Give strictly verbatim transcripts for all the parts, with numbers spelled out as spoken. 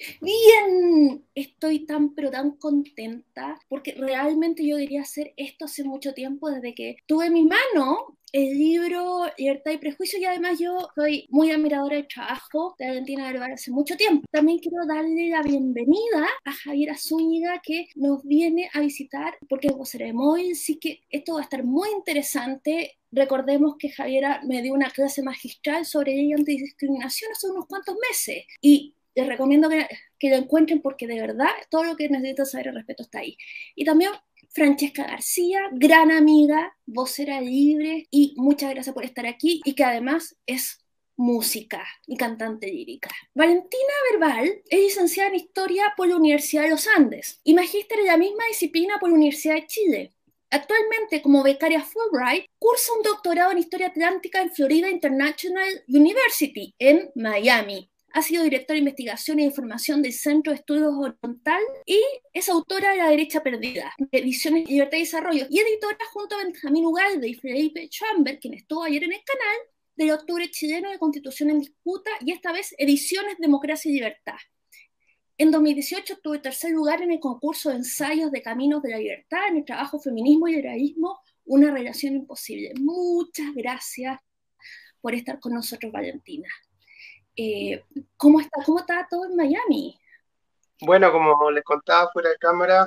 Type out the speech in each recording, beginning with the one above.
Bien, estoy tan pero tan contenta porque realmente yo quería hacer esto hace mucho tiempo, desde que tuve en mi mano el libro Libertad y Prejuicio, y además yo soy muy admiradora del trabajo de Valentina Verbal hace mucho tiempo. También quiero darle la bienvenida a Javiera Zúñiga, que nos viene a visitar porque es vocera de móvil, así que esto va a estar muy interesante. Recordemos que Javiera me dio una clase magistral sobre ley antidiscriminación hace unos cuantos meses, y les recomiendo que, que lo encuentren porque de verdad todo lo que necesitan saber al respecto está ahí. Y también Francesca García, gran amiga, vocera libre, y muchas gracias por estar aquí, y que además es música y cantante lírica. Valentina Verbal es licenciada en Historia por la Universidad de los Andes y magíster en la misma disciplina por la Universidad de Chile. Actualmente, como becaria Fulbright, cursa un doctorado en Historia Atlántica en Florida International University en Miami. Ha sido directora de investigación e información del Centro de Estudios Oriental y es autora de La Derecha Perdida, de Ediciones Libertad y Desarrollo, y editora junto a Benjamín Ugalde y Felipe Schramberg, quien estuvo ayer en el canal, del Octubre Chileno de Constitución en Disputa, y esta vez Ediciones Democracia y Libertad. En dos mil dieciocho obtuvo el tercer lugar en el concurso de ensayos de Caminos de la Libertad en el trabajo Feminismo y Heroísmo, una relación imposible. Muchas gracias por estar con nosotros, Valentina. Eh, ¿cómo está, ¿Cómo está todo en Miami? Bueno, como les contaba fuera de cámara,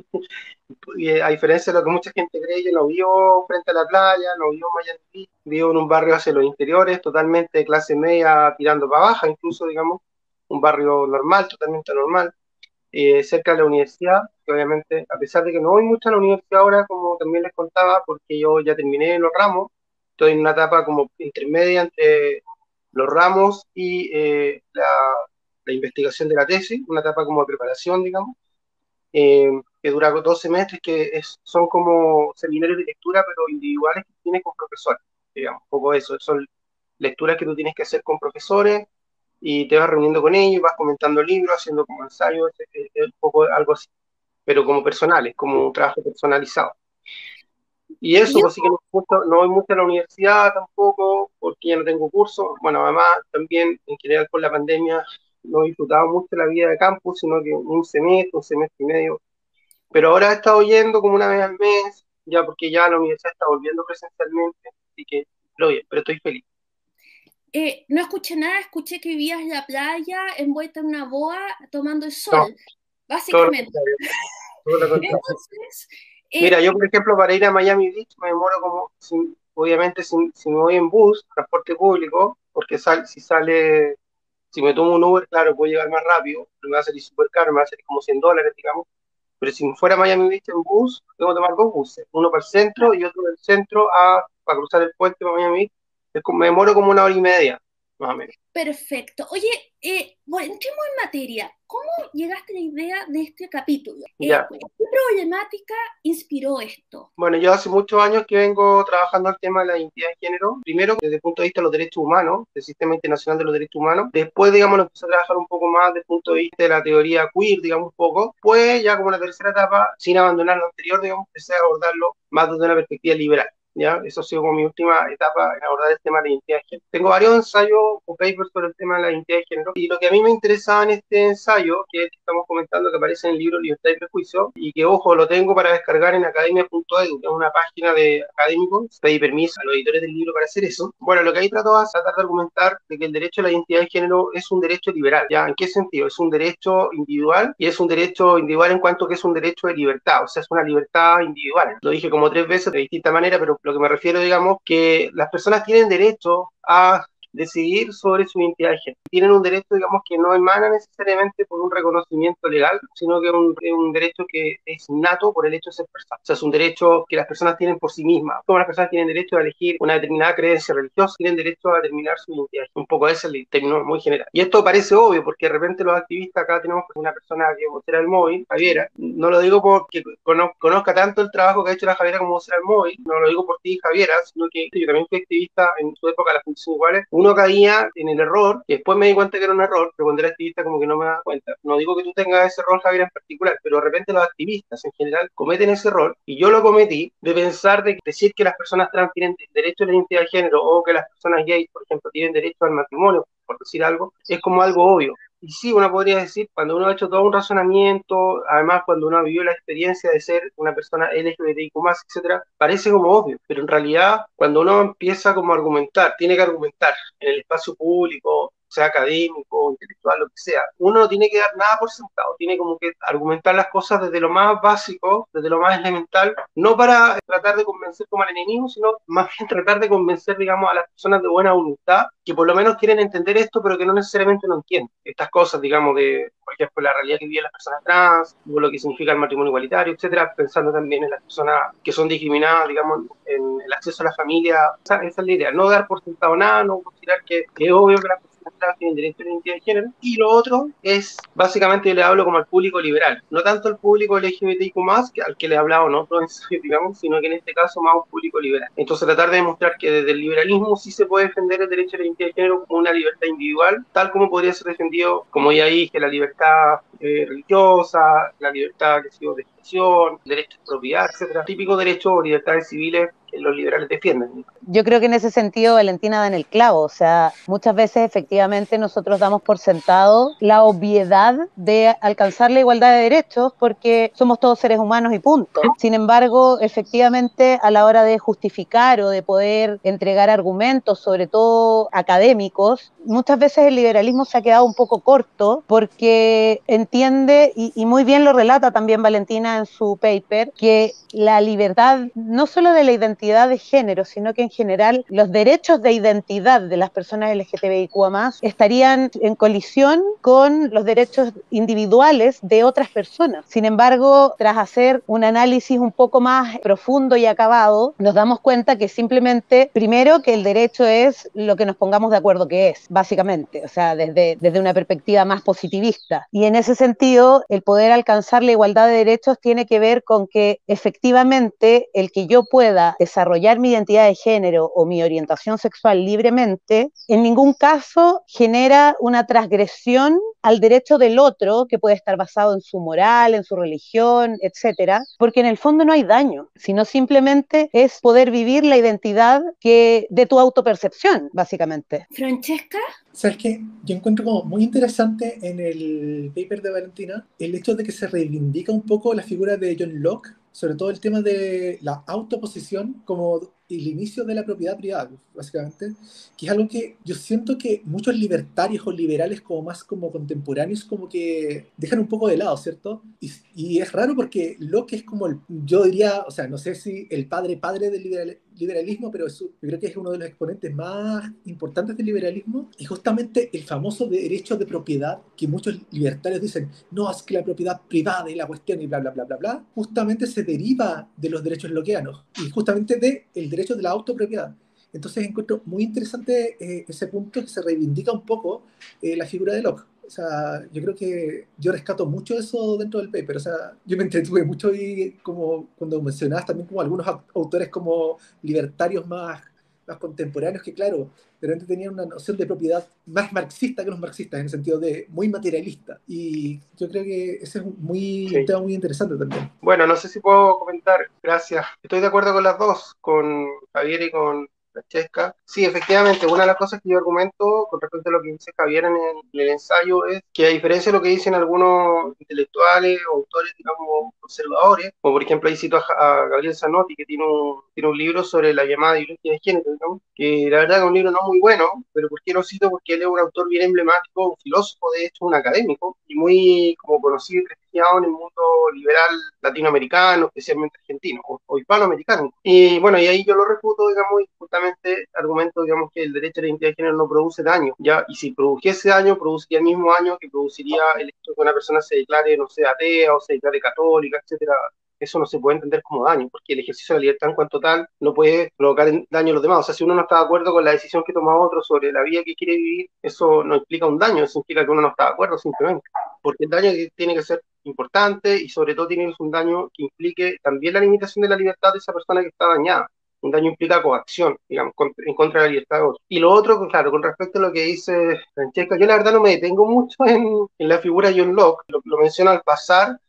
y, eh, a diferencia de lo que mucha gente cree, yo no vivo frente a la playa, no vivo en Miami Beach, vivo en un barrio hacia los interiores, totalmente de clase media, tirando para baja, incluso, digamos, un barrio normal, totalmente normal, eh, cerca de la universidad, que obviamente, a pesar de que no voy mucho a la universidad ahora, como también les contaba, porque yo ya terminé los ramos, estoy en una etapa como intermedia entre los ramos y eh, la, la investigación de la tesis, una etapa como de preparación, digamos, eh, que dura dos semestres, que es, son como seminarios de lectura, pero individuales que tienes con profesores, digamos, un poco eso, son lecturas que tú tienes que hacer con profesores y te vas reuniendo con ellos, vas comentando libros, haciendo como ensayos, es, es, es un poco algo así, pero como personales, como un trabajo personalizado. Y eso, Yo, pues sí que no, mucho, no voy mucho a la universidad tampoco, porque ya no tengo curso. Bueno, además también en general por la pandemia no he disfrutado mucho la vida de campus, sino que un semestre, un semestre y medio. Pero ahora he estado yendo como una vez al mes, ya porque ya la universidad está volviendo presencialmente, así que lo oye, pero estoy feliz. eh, no escuché nada, escuché que vivías en la playa envuelta en una boa tomando el No, sol, todo lo básicamente. contrario, todo lo contrario. Entonces, Mira, eh, yo por ejemplo para ir a Miami Beach me demoro como, si, obviamente si, si me voy en bus, transporte público, porque sal, si sale, si me tomo un Uber, claro, puedo llegar más rápido, pero me va a salir súper caro, me va a salir como cien dólares, digamos. Pero si me fuera a Miami Beach en bus, tengo que tomar dos buses, uno para el centro y otro del centro a, para cruzar el puente para Miami Beach. Es como- me demoro como una hora y media, más o menos. perfecto. Oye, eh, bueno, entremos en materia. ¿Cómo llegaste a la idea de este capítulo? Eh, Ya. ¿qué problemática inspiró esto? Bueno, yo hace muchos años que vengo trabajando el tema de la identidad de género, primero desde el punto de vista de los derechos humanos, del Sistema Internacional de los Derechos Humanos, después, digamos, lo empecé a trabajar un poco más desde el punto de vista de la teoría queer, digamos, un poco, pues ya como la tercera etapa, sin abandonar lo anterior, digamos, empecé a abordarlo más desde una perspectiva liberal. ¿Ya? Eso ha sido como mi última etapa en abordar el tema de la identidad de género. Tengo varios ensayos o papers sobre el tema de la identidad de género, y lo que a mí me interesaba en este ensayo, que es el que estamos comentando, que aparece en el libro Libertad y Prejuicio, y que, ojo, lo tengo para descargar en academia punto edu, que es una página de académicos, pedí permiso a los editores del libro para hacer eso. Bueno, lo que ahí trato es tratar de argumentar de que el derecho a la identidad de género es un derecho liberal, ¿ya? ¿En qué sentido? Es un derecho individual, y es un derecho individual en cuanto que es un derecho de libertad, o sea, es una libertad individual. Lo dije como tres veces de distinta manera, pero lo que me refiero, digamos, que las personas tienen derecho a decidir sobre su identidad de género. Tienen un derecho, digamos, que no emana necesariamente por un reconocimiento legal, sino que es un, es un derecho que es innato por el hecho de ser persona. O sea, es un derecho que las personas tienen por sí mismas. Como las personas tienen derecho a elegir una determinada creencia religiosa, tienen derecho a determinar su identidad. Un poco ese es el término muy general. Y esto parece obvio, porque de repente los activistas, acá tenemos una persona que es vocera del móvil, Javiera, no lo digo porque conozca tanto el trabajo que ha hecho la Javiera como vocera del móvil, no lo digo por ti, Javiera, sino que yo también fui activista en su época de las funciones iguales. Uno caía en el error, y después me di cuenta que era un error, pero cuando era activista como que no me daba cuenta. No digo que tú tengas ese error, Javier, en particular, pero de repente los activistas en general cometen ese error, y yo lo cometí, de pensar de decir que las personas trans tienen derecho a la identidad de género, o que las personas gays, por ejemplo, tienen derecho al matrimonio, por decir algo, es como algo obvio. Y sí, uno podría decir, cuando uno ha hecho todo un razonamiento, además cuando uno ha vivido la experiencia de ser una persona L G B T I Q más, etcétera, parece como obvio, pero en realidad cuando uno empieza como a argumentar, tiene que argumentar en el espacio público, sea académico, intelectual, lo que sea, uno no tiene que dar nada por sentado, tiene como que argumentar las cosas desde lo más básico, desde lo más elemental, no para tratar de convencer como al enemigo, sino más bien tratar de convencer, digamos, a las personas de buena voluntad, que por lo menos quieren entender esto, pero que no necesariamente lo entienden. Estas cosas, digamos, de, por ejemplo, la realidad que viven las personas trans, o lo que significa el matrimonio igualitario, etcétera, pensando también en las personas que son discriminadas, digamos, en el acceso a la familia. Esa, esa es la idea, no dar por sentado nada, no considerar que, que es obvio que las personas trans tienen derecho a la identidad de género. Y lo otro es, básicamente, yo le hablo como al público liberal, no tanto al público L G B T I Q más, que al que le he hablado en otro ensayo, digamos, sino que en este caso más un público liberal. Entonces, tratar de demostrar que desde el liberalismo sí se puede defender el derecho a la identidad de género como una libertad individual, tal como podría ser defendido, como ya dije, la libertad eh, religiosa, la libertad que de expresión, derecho de propiedad, etcétera. Típicos derechos o libertades civiles que los liberales defienden. Yo creo que en ese sentido Valentina da en el clavo, o sea, muchas veces efectivamente nosotros damos por sentado la obviedad de alcanzar la igualdad de derechos porque somos todos seres humanos y punto. Sin embargo, efectivamente a la hora de justificar o de poder entregar argumentos, sobre todo académicos, muchas veces el liberalismo se ha quedado un poco corto porque entiende, y, y muy bien lo relata también Valentina en su paper, que la libertad no solo de la identidad de género, sino que en general los derechos de identidad de las personas L G T B I Q más estarían en colisión con los derechos individuales de otras personas. Sin embargo, tras hacer un análisis un poco más profundo y acabado, nos damos cuenta que simplemente, primero, que el derecho es lo que nos pongamos de acuerdo que es, básicamente, o sea, desde, desde una perspectiva más positivista. Y en ese sentido, el poder alcanzar la igualdad de derechos tiene que ver con que efectivamente el que yo pueda desarrollar mi identidad de género o mi orientación sexual libremente, en ningún caso genera una transgresión al derecho del otro, que puede estar basado en su moral, en su religión, etcétera, porque en el fondo no hay daño, sino simplemente es poder vivir la identidad que de tu autopercepción, básicamente. Francesca. ¿Sabes qué? Yo encuentro como muy interesante en el paper de Valentina el hecho de que se reivindica un poco la figura de John Locke, sobre todo el tema de la autoposición como el inicio de la propiedad privada, básicamente, que es algo que yo siento que muchos libertarios o liberales como más como contemporáneos como que dejan un poco de lado, ¿cierto? Y, y es raro porque Locke es como el, yo diría, o sea, no sé si el padre padre del liberal, liberalismo, pero es, yo creo que es uno de los exponentes más importantes del liberalismo, y justamente el famoso derecho de propiedad que muchos libertarios dicen, no, es que la propiedad privada y la cuestión y bla, bla, bla, bla, bla, justamente se deriva de los derechos lockeanos y justamente del de derecho de la autopropiedad. Entonces encuentro muy interesante eh, ese punto que se reivindica un poco eh, la figura de Locke. O sea, yo creo que yo rescato mucho eso dentro del paper. O sea, yo me entretuve mucho y como cuando mencionabas también como algunos autores como libertarios más, más contemporáneos que, claro, de repente tenían una noción de propiedad más marxista que los marxistas, en el sentido de muy materialista. Y yo creo que ese es un, muy, sí. un tema muy interesante también. Bueno, no sé si puedo comentar. Gracias. Estoy de acuerdo con las dos, con Javier y con Francesca. Sí, efectivamente, una de las cosas que yo argumento con respecto a lo que dice Javier en el, en el ensayo es que, a diferencia de lo que dicen algunos intelectuales o autores, digamos, conservadores, como por ejemplo ahí cito a, a Gabriel Zanotti, que tiene un, tiene un libro sobre la llamada ideología de género, digamos, que la verdad es un libro no muy bueno, pero ¿por qué lo cito? Porque él es un autor bien emblemático, un filósofo, de hecho, un académico, y muy como conocido y prestigiado en el mundo liberal latinoamericano, especialmente argentino, o, o hispanoamericano. Y bueno, y ahí yo lo refuto, digamos, y justamente argumento, digamos, que el derecho a la identidad de género no produce daño, ¿ya? Y si produjese daño, produciría el mismo daño que produciría el hecho de que una persona se declare, no sé, atea o se declare católica, etcétera. Eso no se puede entender como daño, porque el ejercicio de la libertad en cuanto tal no puede provocar daño a los demás. O sea, si uno no está de acuerdo con la decisión que toma otro sobre la vida que quiere vivir, eso no implica un daño, eso implica que uno no está de acuerdo simplemente. Porque el daño tiene que ser importante y sobre todo tiene que ser un daño que implique también la limitación de la libertad de esa persona que está dañada. Un daño implica coacción, digamos, en contra de la libertad de otro. Y lo otro, claro, con respecto a lo que dice Francesca, yo la verdad no me detengo mucho en, en la figura de John Locke, lo, lo menciono al pasar,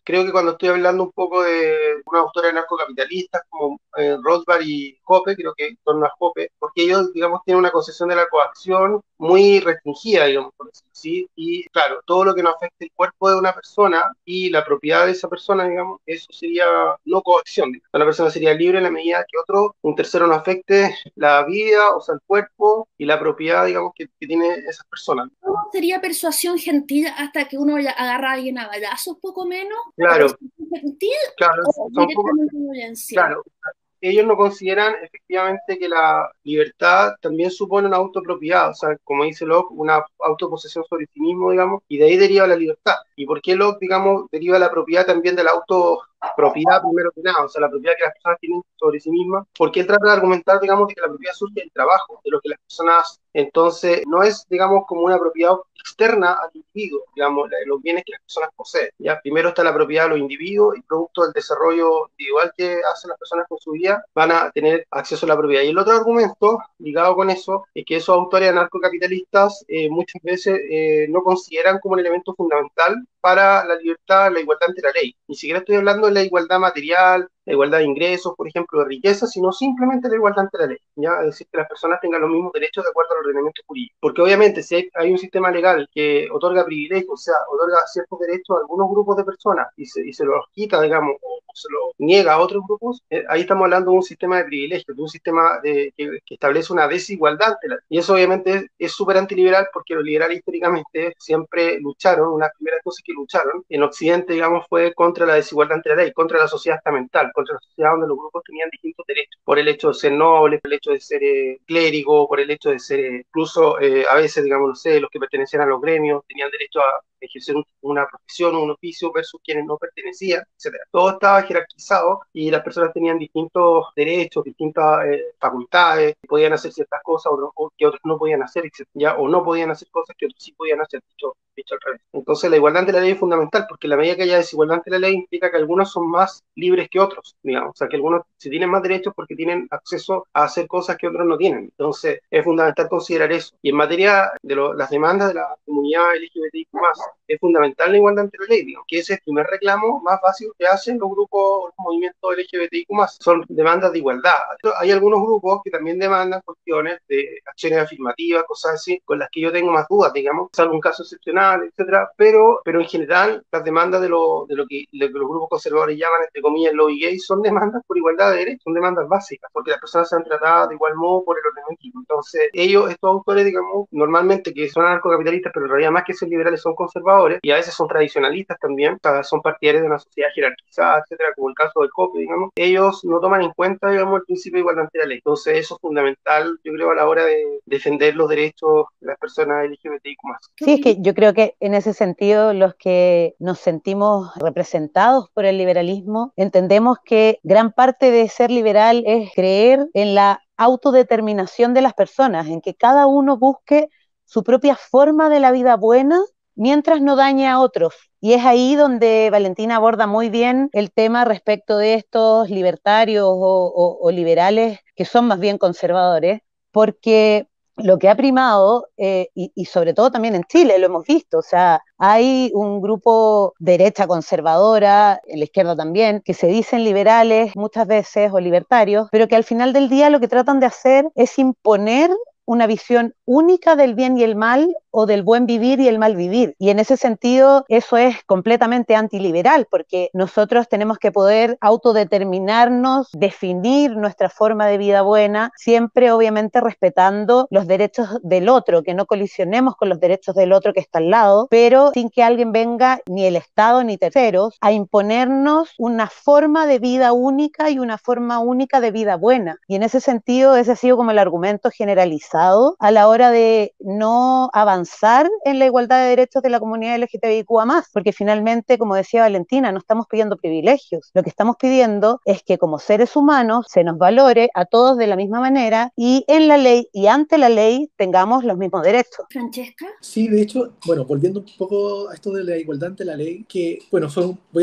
creo que cuando estoy hablando un poco de una autora de narcocapitalistas como eh, Rothbard y Hoppe, creo que en torno a Hoppe, porque ellos, digamos, tienen una concepción de la coacción muy restringida, digamos, por decirlo así, y claro, todo lo que no afecte el cuerpo de una persona y la propiedad de esa persona, digamos, eso sería no coacción. Una persona sería libre en la medida que otro, un tercero no afecte la vida, o sea, el cuerpo y la propiedad, digamos, que, que tiene esas personas. ¿Cómo sería persuasión gentil hasta que uno ya agarra a alguien a balazos, poco menos? ¿O Claro, persuasión gentil claro, o son poco, directamente violencia? claro. Ellos no consideran efectivamente que la libertad también supone una autopropiedad, o sea, como dice Locke, una autoposesión sobre sí mismo, digamos, y de ahí deriva la libertad. ¿Y por qué Locke, digamos, deriva la propiedad también de la autopropiedad primero que nada, o sea, la propiedad que las personas tienen sobre sí mismas? Porque él trata de argumentar, digamos, de que la propiedad surge del trabajo, de lo que las personas, entonces, no es, digamos, como una propiedad externa al individuo, digamos, los bienes que las personas poseen. ¿Ya? Primero está la propiedad de los individuos y producto del desarrollo individual que hacen las personas con su vida, van a tener acceso a la propiedad. Y el otro argumento ligado con eso es que esos autores anarcocapitalistas eh, muchas veces eh, no consideran como un elemento fundamental para la libertad, la igualdad ante la ley. Ni siquiera estoy hablando de la igualdad material, la igualdad de ingresos, por ejemplo, de riqueza, sino simplemente la igualdad ante la ley, ¿ya? Es decir, que las personas tengan los mismos derechos de acuerdo al ordenamiento jurídico. Porque obviamente si hay, hay un sistema legal que otorga privilegios, o sea, otorga ciertos derechos a algunos grupos de personas y se, y se los quita, digamos, o, o se los niega a otros grupos, eh, ahí estamos hablando de un sistema de privilegios, de un sistema de, que, que establece una desigualdad ante la ley. Y eso obviamente es súper antiliberal porque los liberales históricamente siempre lucharon, una de las primeras cosas que lucharon en Occidente, digamos, fue contra la desigualdad ante la ley, contra la sociedad estamental, contra la sociedad donde los grupos tenían distintos derechos, por el hecho de ser nobles, por el hecho de ser eh, clérigo, por el hecho de ser eh, incluso eh, a veces, digamos, no sé, los que pertenecían a los gremios tenían derecho a ejercer un, una profesión o un oficio versus quienes no pertenecían, etcétera. Todo estaba jerarquizado y las personas tenían distintos derechos, distintas eh, facultades, podían hacer ciertas cosas o, o que otros no podían hacer, etcétera. ¿Ya? O no podían hacer cosas que otros sí podían hacer, dicho, dicho al revés. Entonces la igualdad ante la ley es fundamental porque la medida que haya desigualdad ante la ley implica que algunos son más libres que otros, digamos, o sea que algunos si tienen más derechos porque tienen acceso a hacer cosas que otros no tienen. Entonces es fundamental considerar eso. Y en materia de lo, las demandas de la comunidad L G B T I Q más, es fundamental la igualdad ante la ley, digamos, que ese es el primer reclamo más básico que hacen los grupos, los movimientos L G B T I Q más, son demandas de igualdad. Hay algunos grupos que también demandan cuestiones de acciones afirmativas, cosas así, con las que yo tengo más dudas, digamos, salvo un caso excepcional, etcétera, pero, pero en general las demandas de lo, de lo que, de lo que los grupos conservadores llaman, entre comillas, lobby gay, son demandas por igualdad de derechos, son demandas básicas, porque las personas sean tratadas de igual modo por el ordenamiento. Entonces, ellos, estos autores, digamos, normalmente que son anarcocapitalistas, pero en realidad más que ser liberales son conservadores, y a veces son tradicionalistas también, o sea, son partidarios de una sociedad jerarquizada, etcétera, como el caso del Hoppe, digamos, ellos no toman en cuenta, digamos, el principio de igualdad ante la ley. Entonces, eso es fundamental, yo creo, a la hora de defender los derechos de las personas L G B T I Q más. Sí, es que yo creo que en ese sentido los que nos sentimos representados por el liberalismo entendemos que gran parte de ser liberal es creer en la autodeterminación de las personas, en que cada uno busque su propia forma de la vida buena mientras no dañe a otros. Y es ahí donde Valentina aborda muy bien el tema respecto de estos libertarios o, o, o liberales que son más bien conservadores, porque lo que ha primado, eh, y, y sobre todo también en Chile, lo hemos visto, o sea, hay un grupo derecha conservadora, en la izquierda también, que se dicen liberales muchas veces o libertarios, pero que al final del día lo que tratan de hacer es imponer una visión única del bien y el mal o del buen vivir y el mal vivir. Y en ese sentido, eso es completamente antiliberal, porque nosotros tenemos que poder autodeterminarnos, definir nuestra forma de vida buena, siempre obviamente respetando los derechos del otro, que no colisionemos con los derechos del otro que está al lado, pero sin que alguien venga, ni el Estado ni terceros, a imponernos una forma de vida única y una forma única de vida buena. Y en ese sentido, ese ha sido como el argumento generalizado a la hora de no avanzar en la igualdad de derechos de la comunidad L G B T I Q A más, porque finalmente, como decía Valentina, no estamos pidiendo privilegios, lo que estamos pidiendo es que como seres humanos se nos valore a todos de la misma manera y en la ley y ante la ley tengamos los mismos derechos. Francesca. Sí, de hecho, bueno, volviendo un poco a esto de la igualdad ante la ley, que, bueno, fue un, voy a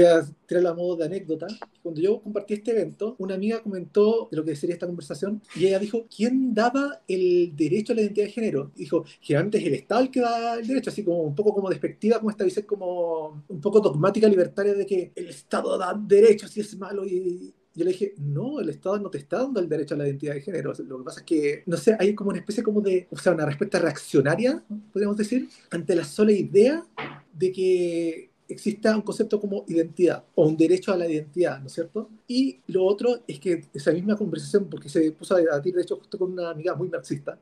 tirarlo a modo de anécdota. Cuando yo compartí este evento, una amiga comentó de lo que sería esta conversación y ella dijo, ¿quién daba el derecho a la identidad de género? Dijo, generalmente es el Estado el que da el derecho, así como un poco como despectiva, como esta visión como un poco dogmática libertaria de que el Estado da derechos y es malo. Y yo le dije, no, el Estado no te está dando el derecho a la identidad de género. Lo que pasa es que, no sé, hay como una especie como de, o sea, una respuesta reaccionaria, podríamos decir, ante la sola idea de que exista un concepto como identidad o un derecho a la identidad, ¿no es cierto? Y lo otro es que esa misma conversación, porque se puso a debatir, de hecho, justo con una amiga muy marxista,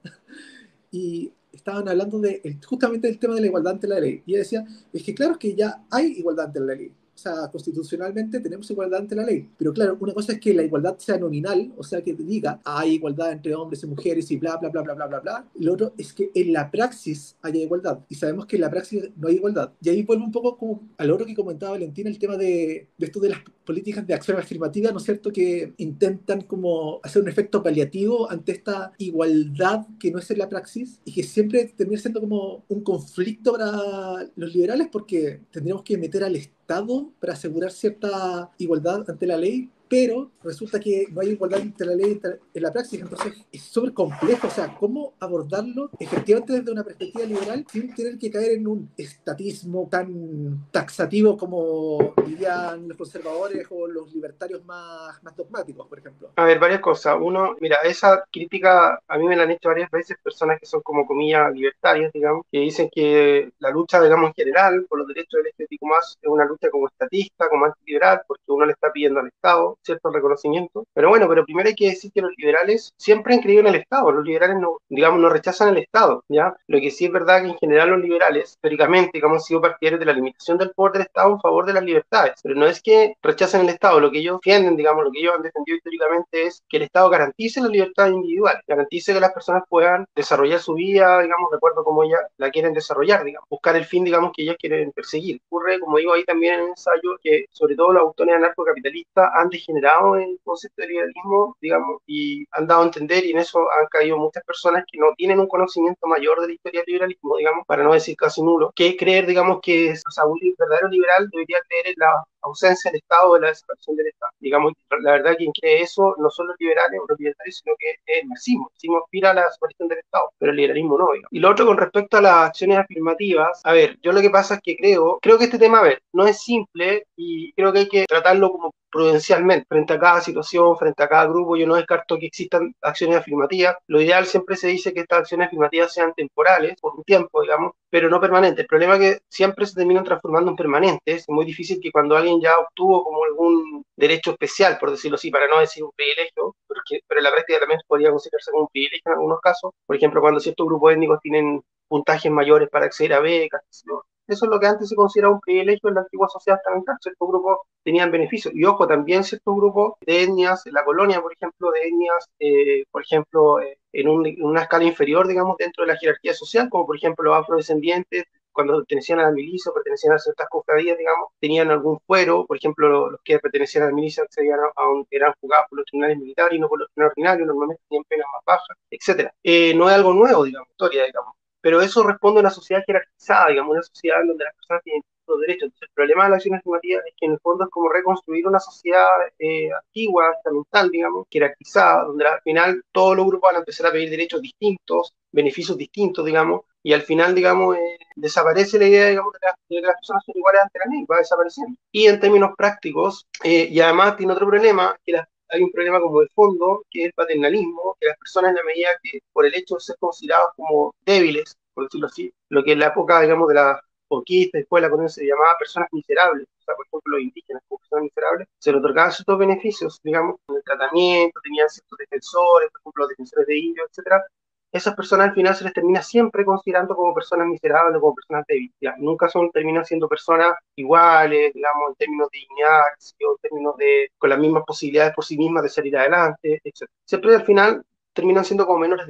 y estaban hablando de, justamente del tema de la igualdad ante la ley. Y ella decía, es que claro que ya hay igualdad ante la ley. O sea, constitucionalmente tenemos igualdad ante la ley. Pero claro, una cosa es que la igualdad sea nominal, o sea, que diga, hay igualdad entre hombres y mujeres y bla, bla, bla, bla, bla, bla, bla. Y lo otro es que en la praxis haya igualdad. Y sabemos que en la praxis no hay igualdad. Y ahí vuelve un poco como al otro que comentaba Valentina, el tema de, de esto de las políticas de acción afirmativa, ¿no es cierto?, que intentan como hacer un efecto paliativo ante esta igualdad que no es en la praxis y que siempre termina siendo como un conflicto para los liberales porque tendríamos que meter al Estado para asegurar cierta igualdad ante la ley, pero resulta que no hay igualdad entre la ley y en la praxis, entonces es súper complejo, o sea, cómo abordarlo efectivamente desde una perspectiva liberal sin tener que caer en un estatismo tan taxativo como dirían los conservadores o los libertarios más, más dogmáticos, por ejemplo. A ver, varias cosas. Uno, mira, esa crítica a mí me la han hecho varias veces personas que son como comillas libertarias, digamos, que dicen que la lucha, digamos, en general por los derechos del L G B T Q más, es una lucha como estatista, como antiliberal, porque uno le está pidiendo al Estado cierto reconocimiento. Pero bueno, pero primero hay que decir que los liberales siempre han creído en el Estado. Los liberales, no, digamos, no rechazan el Estado, ¿ya? Lo que sí es verdad que en general los liberales, históricamente, digamos, han sido partidarios de la limitación del poder del Estado en favor de las libertades. Pero no es que rechacen el Estado, lo que ellos defienden, digamos, lo que ellos han defendido históricamente es que el Estado garantice la libertad individual, garantice que las personas puedan desarrollar su vida, digamos, de acuerdo a como ellas la quieren desarrollar, digamos, buscar el fin, digamos, que ellas quieren perseguir. Ocurre, como digo ahí también en el ensayo, que sobre todo los autores anarcocapitalistas han degenerado el concepto de liberalismo, digamos, y han dado a entender, y en eso han caído muchas personas que no tienen un conocimiento mayor de la historia del liberalismo, digamos, para no decir casi nulo, que creer, digamos, que o sea, un verdadero liberal debería creer en la ausencia del Estado o de la desaparición del Estado. Digamos, la verdad, quien cree eso no son los liberales o los libertarios, sino que es el marxismo. El marxismo aspira a la desaparición del Estado, pero el liberalismo no, digamos. Y lo otro con respecto a las acciones afirmativas, a ver, yo lo que pasa es que creo, creo que este tema, a ver, no es simple y creo que hay que tratarlo como prudencialmente, frente a cada situación, frente a cada grupo. Yo no descarto que existan acciones afirmativas. Lo ideal siempre se dice que estas acciones afirmativas sean temporales, por un tiempo, digamos, pero no permanentes. El problema es que siempre se terminan transformando en permanentes. Es muy difícil que cuando alguien ya obtuvo como algún derecho especial, por decirlo así, para no decir un privilegio, porque, pero en la práctica también podría considerarse como un privilegio en algunos casos, por ejemplo, cuando ciertos grupos étnicos tienen puntajes mayores para acceder a becas, ¿no? Eso es lo que antes se consideraba un privilegio en la antigua sociedad estamentaria. Ciertos grupos tenían beneficios. Y ojo, también ciertos grupos de etnias, en la colonia, por ejemplo, de etnias, eh, por ejemplo, eh, en, un, en una escala inferior, digamos, dentro de la jerarquía social, como por ejemplo los afrodescendientes, cuando pertenecían a la milicia, pertenecían a ciertas cofradías, digamos, tenían algún fuero. Por ejemplo, los que pertenecían a la milicia accedían a, a un, eran juzgados por los tribunales militares y no por los tribunales ordinarios, normalmente tenían penas más bajas, etcétera. Eh, no es algo nuevo, digamos, historia, digamos. Pero eso responde a una sociedad jerarquizada, digamos, una sociedad en donde las personas tienen los derechos. Entonces, el problema de la acción afirmativa es que en el fondo es como reconstruir una sociedad eh, antigua, estamental, digamos, jerarquizada, donde al final todos los grupos van a empezar a pedir derechos distintos, beneficios distintos, digamos, y al final, digamos, eh, desaparece la idea, digamos, de, la, de que las personas son iguales ante la ley, va desapareciendo. Y en términos prácticos, eh, y además tiene otro problema, que las hay un problema como de fondo, que es el paternalismo, que las personas en la medida que por el hecho de ser considerados como débiles, por decirlo así, lo que en la época, digamos, de la conquista, después de la colonia se llamaba personas miserables, o sea, por ejemplo, los indígenas como personas miserables, se les otorgaban ciertos beneficios, digamos, en el tratamiento, tenían ciertos defensores, por ejemplo, los defensores de indios, etcétera. Esas personas al final se les termina siempre considerando como personas miserables o como personas débiles. Ya, nunca son, terminan siendo personas iguales, digamos, en términos de dignidad, en términos de, con las mismas posibilidades por sí mismas de salir adelante, etcétera. Siempre al final terminan siendo como menores de edad.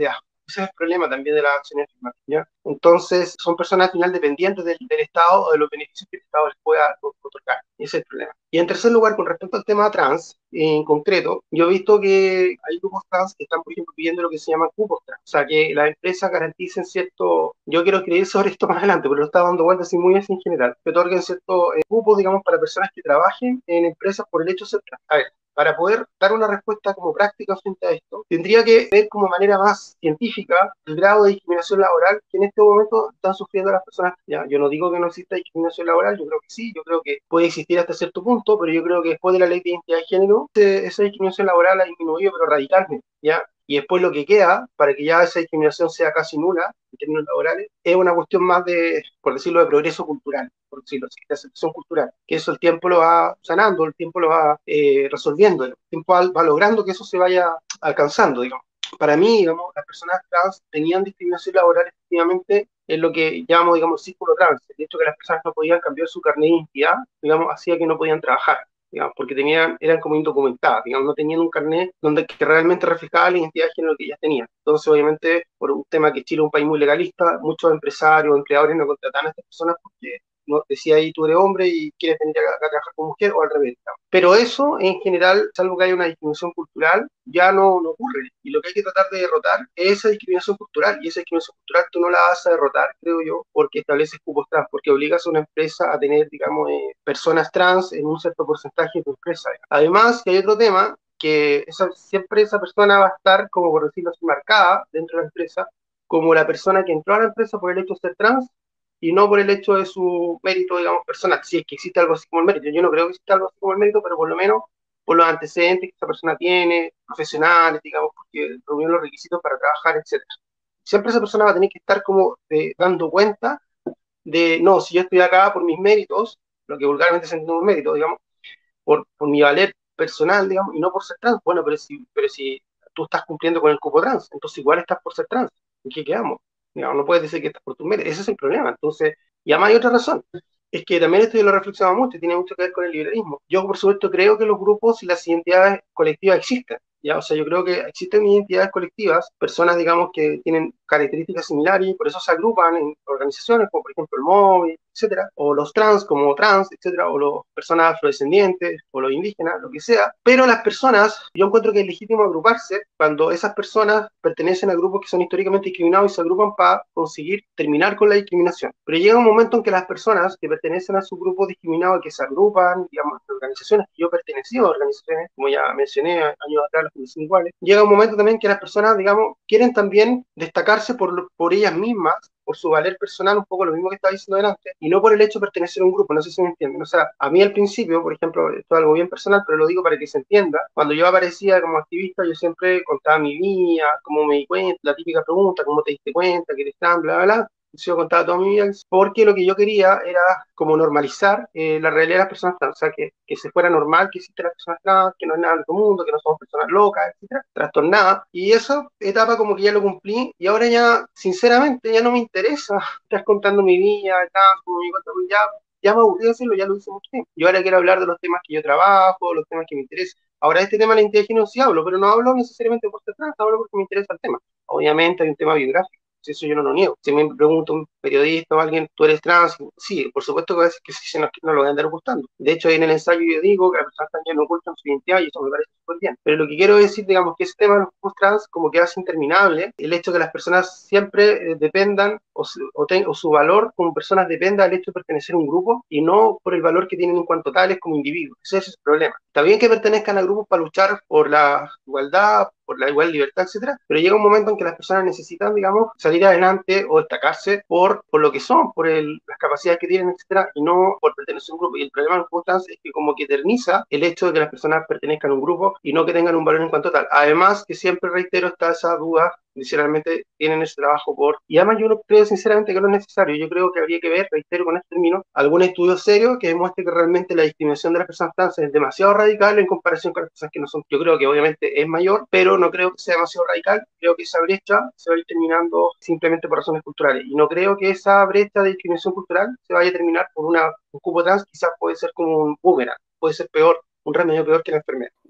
Ese es el problema también de las acciones afirmativas, ¿ya? Entonces, son personas al final dependientes del, del Estado o de los beneficios que el Estado les pueda otorgar. Ese es el problema. Y en tercer lugar, con respecto al tema trans, en concreto, yo he visto que hay grupos trans que están, por ejemplo, pidiendo lo que se llaman cupos trans. O sea, que las empresas garanticen cierto... Yo quiero escribir sobre esto más adelante, pero lo está dando vueltas así muy así en general. Que otorguen ciertos eh, cupos, digamos, para personas que trabajen en empresas por el hecho de ser trans. A ver, para poder dar una respuesta como práctica frente a esto, tendría que ver como manera más científica el grado de discriminación laboral que en este momento están sufriendo las personas. Ya, yo no digo que no exista discriminación laboral, yo creo que sí, yo creo que puede existir hasta cierto punto, pero yo creo que después de la ley de identidad de género, esa discriminación laboral ha disminuido, pero radicalmente, ¿ya? Y después lo que queda, para que ya esa discriminación sea casi nula en términos laborales, es una cuestión más de, por decirlo, de progreso cultural, por decirlo así, de aceptación cultural, que eso el tiempo lo va sanando, el tiempo lo va eh, resolviendo, el tiempo va, va logrando que eso se vaya alcanzando, digamos. Para mí, digamos, las personas trans tenían discriminación laboral efectivamente en lo que llamamos, digamos, círculo trans. El hecho de que las personas no podían cambiar su carnet de identidad, digamos, hacía que no podían trabajar, digamos, porque tenían, eran como indocumentadas, digamos, no tenían un carnet donde que realmente reflejaba la identidad de género que ellas tenían. Entonces, obviamente, por un tema que Chile es un país muy legalista, muchos empresarios, empleadores no contratan a estas personas porque no, decía ahí tú eres hombre y quieres venir acá a trabajar como mujer o al revés. Digamos. Pero eso, en general, salvo que haya una discriminación cultural, ya no, no ocurre. Y lo que hay que tratar de derrotar es esa discriminación cultural. Y esa discriminación cultural tú no la vas a derrotar, creo yo, porque estableces cupos trans, porque obligas a una empresa a tener, digamos, eh, personas trans en un cierto porcentaje de tu empresa. Digamos. Además, que hay otro tema, que esa, siempre esa persona va a estar, como por decirlo así, marcada dentro de la empresa, como la persona que entró a la empresa por el hecho de ser trans, y no por el hecho de su mérito, digamos, personal, si es que existe algo así como el mérito. Yo no creo que exista algo así como el mérito, pero por lo menos por los antecedentes que esa persona tiene, profesionales, digamos, porque reunió los requisitos para trabajar, etcétera. Siempre esa persona va a tener que estar como eh, dando cuenta de, no, si yo estoy acá por mis méritos, lo que vulgarmente se entiende como mérito, digamos, por, por mi valer personal, digamos, y no por ser trans. Bueno, pero si, pero si tú estás cumpliendo con el cupo trans, entonces igual estás por ser trans. ¿En qué quedamos? Digamos, no puedes decir que estás por tu mérito. Ese es el problema. Entonces, y además hay otra razón. Es que también esto yo lo he reflexionado mucho y tiene mucho que ver con el liberalismo. Yo, por supuesto, creo que los grupos y las identidades colectivas existen. ¿Ya? O sea, yo creo que existen identidades colectivas, personas, digamos, que tienen características similares y por eso se agrupan en organizaciones como, por ejemplo, el móvil, etcétera, o los trans como trans, etcétera, o las personas afrodescendientes, o los indígenas, lo que sea. Pero las personas, yo encuentro que es legítimo agruparse cuando esas personas pertenecen a grupos que son históricamente discriminados y se agrupan para conseguir terminar con la discriminación. Pero llega un momento en que las personas que pertenecen a su grupo discriminado, que se agrupan, digamos, en organizaciones que yo pertenecí a organizaciones, como ya mencioné años atrás, las condiciones iguales, llega un momento también que las personas, digamos, quieren también destacarse por, por ellas mismas, por su valer personal, un poco lo mismo que estaba diciendo delante, y no por el hecho de pertenecer a un grupo, no sé si me entienden. O sea, a mí al principio, por ejemplo, esto es algo bien personal, pero lo digo para que se entienda, cuando yo aparecía como activista, yo siempre contaba mi vida, cómo me di cuenta, la típica pregunta, cómo te diste cuenta, que eres trans, bla, bla, bla. Yo contaba toda mi vida, porque lo que yo quería era como normalizar eh, la realidad de las personas trans, o sea, que, que se fuera normal que existen las personas trans, que no es nada del otro mundo, que no somos personas locas, etcétera, trastornadas, y esa etapa como que ya lo cumplí, y ahora ya, sinceramente, ya no me interesa estar contando mi vida, trans, como mi cuenta, ya, ya me aburrí de hacerlo, ya lo hice mucho tiempo. Yo ahora quiero hablar de los temas que yo trabajo, los temas que me interesan. Ahora este tema de la identidad de género sí hablo, pero no hablo necesariamente por ser trans, hablo porque me interesa el tema. Obviamente hay un tema biográfico. Eso yo no lo niego. Si me pregunta un periodista o alguien, ¿tú eres trans? Sí, por supuesto que a veces que sí, no, no lo voy a andar ocultando. De hecho, ahí en el ensayo yo digo que las personas trans ya no ocultan su identidad y eso me parece súper bien. Pero lo que quiero decir, digamos, que ese tema de los grupos trans como que hace interminable el hecho de que las personas siempre eh, dependan o su, o, ten, o su valor como personas dependa del hecho de pertenecer a un grupo y no por el valor que tienen en cuanto tales como individuos. Ese es el problema. Está bien que pertenezcan a grupos para luchar por la igualdad, por la igual libertad, etcétera, pero llega un momento en que las personas necesitan, digamos, salir adelante o destacarse por, por lo que son, por el, las capacidades que tienen, etcétera, y no por pertenecer a un grupo. Y el problema de los grupos trans es que como que eterniza el hecho de que las personas pertenezcan a un grupo y no que tengan un valor en cuanto tal. Además, que siempre reitero, está esa duda de si realmente tienen ese trabajo por... Y además yo no creo sinceramente que no es necesario. Yo creo que habría que ver, reitero con este término, algún estudio serio que demuestre que realmente la discriminación de las personas trans es demasiado radical en comparación con las personas que no son. Yo creo que obviamente es mayor, pero no creo que sea demasiado radical. Creo que esa brecha se va a ir terminando simplemente por razones culturales. Y no creo que esa brecha de discriminación cultural se vaya a terminar por una, un cupo trans. Quizás puede ser como un boomerang, puede ser peor, un remedio peor que la enfermedad.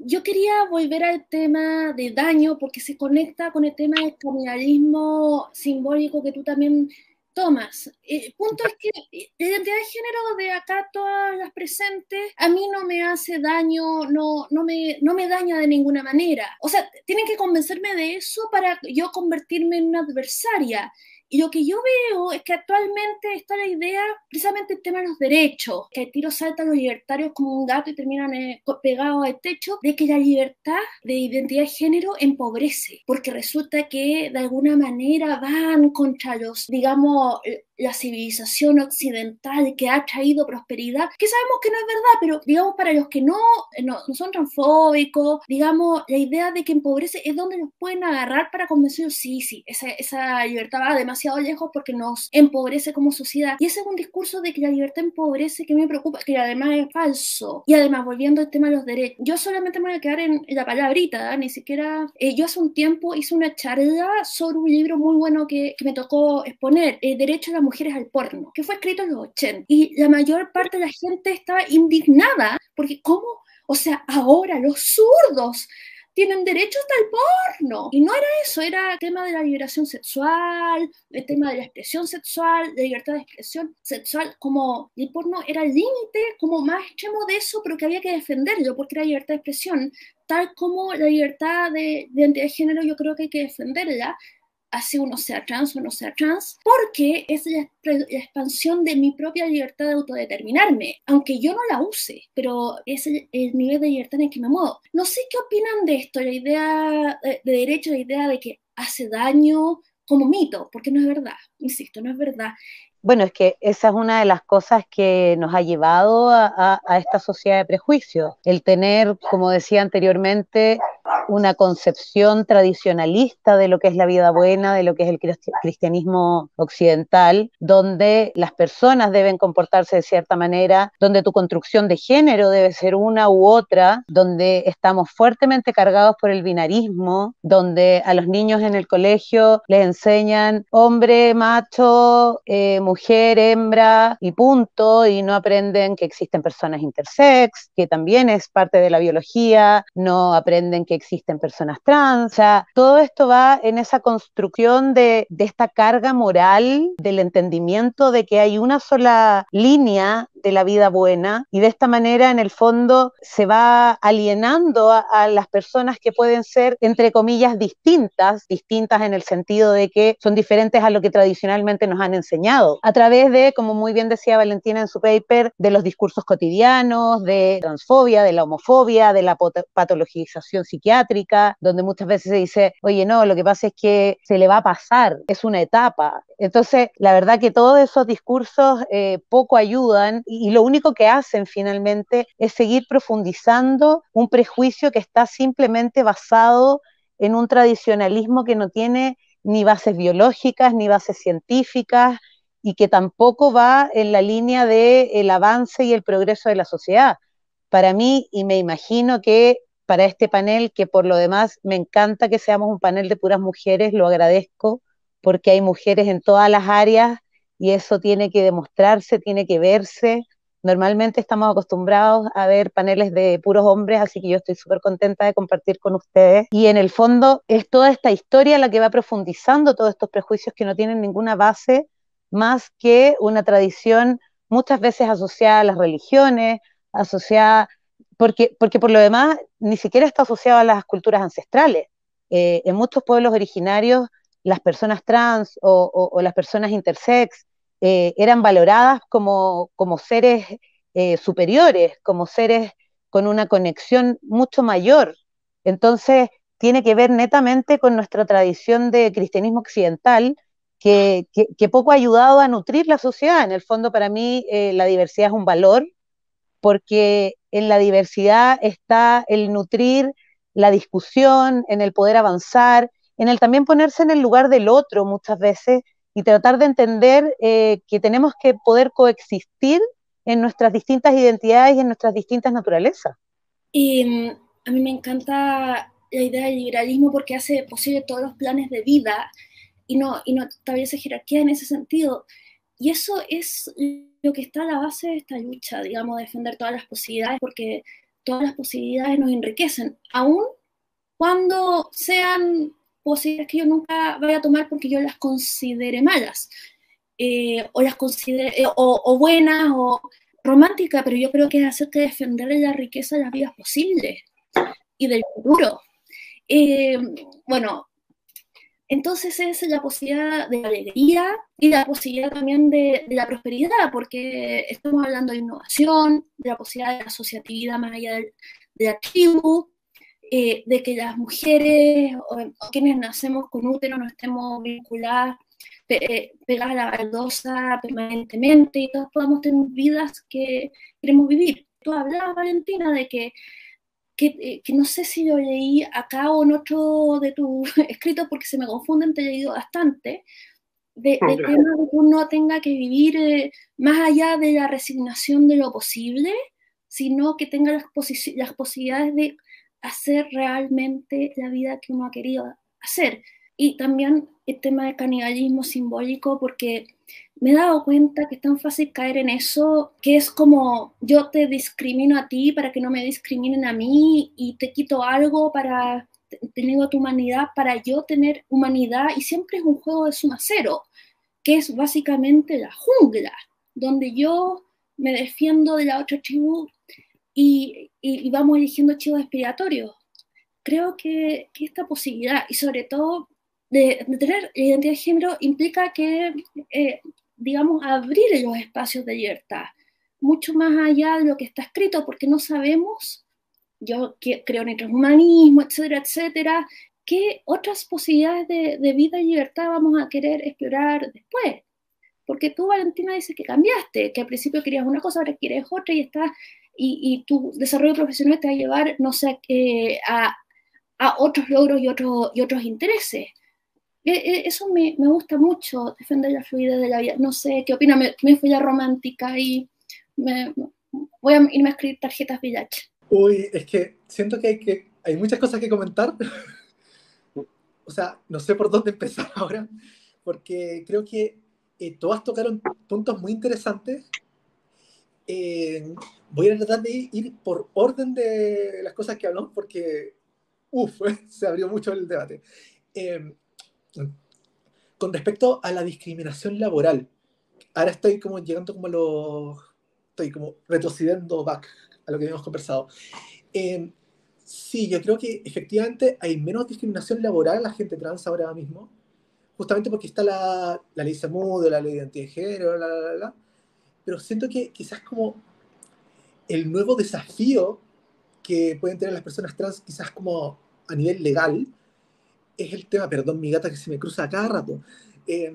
yo quería volver al tema de daño porque se conecta con el tema del colonialismo simbólico que tú también tomas. El punto es que la identidad de género de acá, todas las presentes, a mí no me hace daño, no, no, me, no me daña de ninguna manera. O sea, tienen que convencerme de eso para yo convertirme en una adversaria. Y lo que yo veo es que actualmente está la idea, precisamente el tema de los derechos, que al tiro saltan los libertarios como un gato y terminan eh, pegados al techo, de que la libertad de identidad de género empobrece, porque resulta que de alguna manera van contra los, digamos, la civilización occidental que ha traído prosperidad, que sabemos que no es verdad, pero digamos para los que no, no, no son transfóbicos, digamos, la idea de que empobrece es donde nos pueden agarrar para convencernos, sí, sí, esa, esa libertad va demasiado lejos porque nos empobrece como sociedad. Y ese es un discurso de que la libertad empobrece que me preocupa, que además es falso. Y además, volviendo al tema de los derechos, yo solamente me voy a quedar en, en la palabrita, ¿eh? Ni siquiera, eh, yo hace un tiempo hice una charla sobre un libro muy bueno que, que me tocó exponer, el derecho a las mujeres al porno, que fue escrito en los ochenta, y la mayor parte de la gente estaba indignada, porque ¿cómo? O sea, ahora los zurdos tienen derecho hasta al porno. Y no era eso, era el tema de la liberación sexual, el tema de la expresión sexual, la libertad de expresión sexual, como el porno era el límite como más extremo de eso, pero que había que defenderlo, porque era libertad de expresión, tal como la libertad de, de identidad de género, yo creo que hay que defenderla, así uno sea trans o no sea trans, porque es la, la expansión de mi propia libertad de autodeterminarme, aunque yo no la use, pero es el, el nivel de libertad en el que me muevo. No sé qué opinan de esto, la idea de, de derecho, la idea de que hace daño como mito, porque no es verdad, insisto, no es verdad. Bueno, es que esa es una de las cosas que nos ha llevado a, a, a esta sociedad de prejuicios, el tener, como decía anteriormente, una concepción tradicionalista de lo que es la vida buena, de lo que es el cristianismo occidental, donde las personas deben comportarse de cierta manera, donde tu construcción de género debe ser una u otra, donde estamos fuertemente cargados por el binarismo, donde a los niños en el colegio les enseñan hombre, macho, eh, mujer, hembra y punto, y no aprenden que existen personas intersex, que también es parte de la biología, no aprenden que existen personas trans, o sea, todo esto va en esa construcción de, de esta carga moral, del entendimiento de que hay una sola línea de la vida buena, y de esta manera en el fondo se va alienando a, a las personas que pueden ser entre comillas distintas, distintas en el sentido de que son diferentes a lo que tradicionalmente nos han enseñado, a través de, como muy bien decía Valentina en su paper, de los discursos cotidianos, de transfobia, de la homofobia, de la patologización psiquiátrica, donde muchas veces se dice, oye, no, lo que pasa es que se le va a pasar, es una etapa. Entonces, la verdad que todos esos discursos eh, poco ayudan, y, y lo único que hacen finalmente es seguir profundizando un prejuicio que está simplemente basado en un tradicionalismo que no tiene ni bases biológicas, ni bases científicas, y que tampoco va en la línea del avance y el progreso de la sociedad. Para mí, y me imagino que para este panel, que por lo demás me encanta que seamos un panel de puras mujeres, lo agradezco, porque hay mujeres en todas las áreas y eso tiene que demostrarse, tiene que verse. Normalmente estamos acostumbrados a ver paneles de puros hombres, así que yo estoy súper contenta de compartir con ustedes. Y en el fondo es toda esta historia la que va profundizando todos estos prejuicios que no tienen ninguna base más que una tradición muchas veces asociada a las religiones, asociada, porque, porque por lo demás ni siquiera está asociada a las culturas ancestrales. Eh, en muchos pueblos originarios las personas trans o, o, o las personas intersex eh, eran valoradas como, como seres eh, superiores, como seres con una conexión mucho mayor. Entonces tiene que ver netamente con nuestra tradición de cristianismo occidental, que, que, que poco ha ayudado a nutrir la sociedad. En el fondo, para mí, eh, la diversidad es un valor, porque en la diversidad está el nutrir la discusión, en el poder avanzar, en el también ponerse en el lugar del otro muchas veces y tratar de entender eh, que tenemos que poder coexistir en nuestras distintas identidades y en nuestras distintas naturalezas. Y a mí me encanta la idea del liberalismo porque hace posible todos los planes de vida y no, y no establece jerarquía en ese sentido. Y eso es lo que está a la base de esta lucha, digamos, defender todas las posibilidades, porque todas las posibilidades nos enriquecen, aún cuando sean posibilidades que yo nunca vaya a tomar porque yo las considere malas, eh, o las considere, eh, o, o buenas, o románticas, pero yo creo que es acerca de defender la riqueza de las vidas posibles y del futuro. Eh, bueno, entonces es la posibilidad de la alegría y la posibilidad también de, de la prosperidad, porque estamos hablando de innovación, de la posibilidad de la asociatividad más allá del, de la tribu, eh, de que las mujeres o, o quienes nacemos con útero no estemos vinculadas, pe, eh, pegadas a la baldosa permanentemente y todos podamos tener vidas que queremos vivir. Tú hablabas, Valentina, de que Que, eh, que no sé si lo leí acá o en otro de tus escritos porque se me confunden, te he leído bastante, de, del tema de que uno tenga que vivir eh, más allá de la resignación de lo posible, sino que tenga las, posi- las posibilidades de hacer realmente la vida que uno ha querido hacer. Y también el tema del canibalismo simbólico, porque me he dado cuenta que es tan fácil caer en eso, que es como yo te discrimino a ti para que no me discriminen a mí y te quito algo para, te niego tu humanidad para yo tener humanidad, y siempre es un juego de suma cero, que es básicamente la jungla, donde yo me defiendo de la otra tribu y, y, y vamos eligiendo chivos expiatorios. Creo que, que esta posibilidad, y sobre todo de, de tener identidad de género, implica que, eh, digamos, abrir los espacios de libertad, mucho más allá de lo que está escrito, porque no sabemos, yo que, creo en el transhumanismo, etcétera, etcétera, qué otras posibilidades de, de vida y libertad vamos a querer explorar después. Porque tú, Valentina, dices que cambiaste, que al principio querías una cosa, ahora quieres otra, y, está, y, y tu desarrollo profesional te va a llevar, no sé, eh, a, a otros logros y, otro, y otros intereses. Eso me, me gusta mucho, defender la fluidez de la vida. No sé, ¿qué opina? Me, me fui a romántica y me, voy a irme a escribir tarjetas Village. Uy, es que siento que hay, que hay muchas cosas que comentar. O sea, no sé por dónde empezar ahora, porque creo que eh, todas tocaron puntos muy interesantes. Eh, voy a tratar de ir por orden de las cosas que hablamos, porque, uff, se abrió mucho el debate. Eh, con respecto a la discriminación laboral, ahora estoy como llegando como a lo... Estoy como retrocediendo back a lo que habíamos conversado. Eh, sí, yo creo que efectivamente hay menos discriminación laboral a la gente trans ahora mismo, justamente porque está la, la ley SAMUD, la ley de identidad de género, la, la, la, la. Pero siento que quizás como el nuevo desafío que pueden tener las personas trans, quizás como a nivel legal, es el tema, perdón, mi gata que se me cruza a cada rato, eh,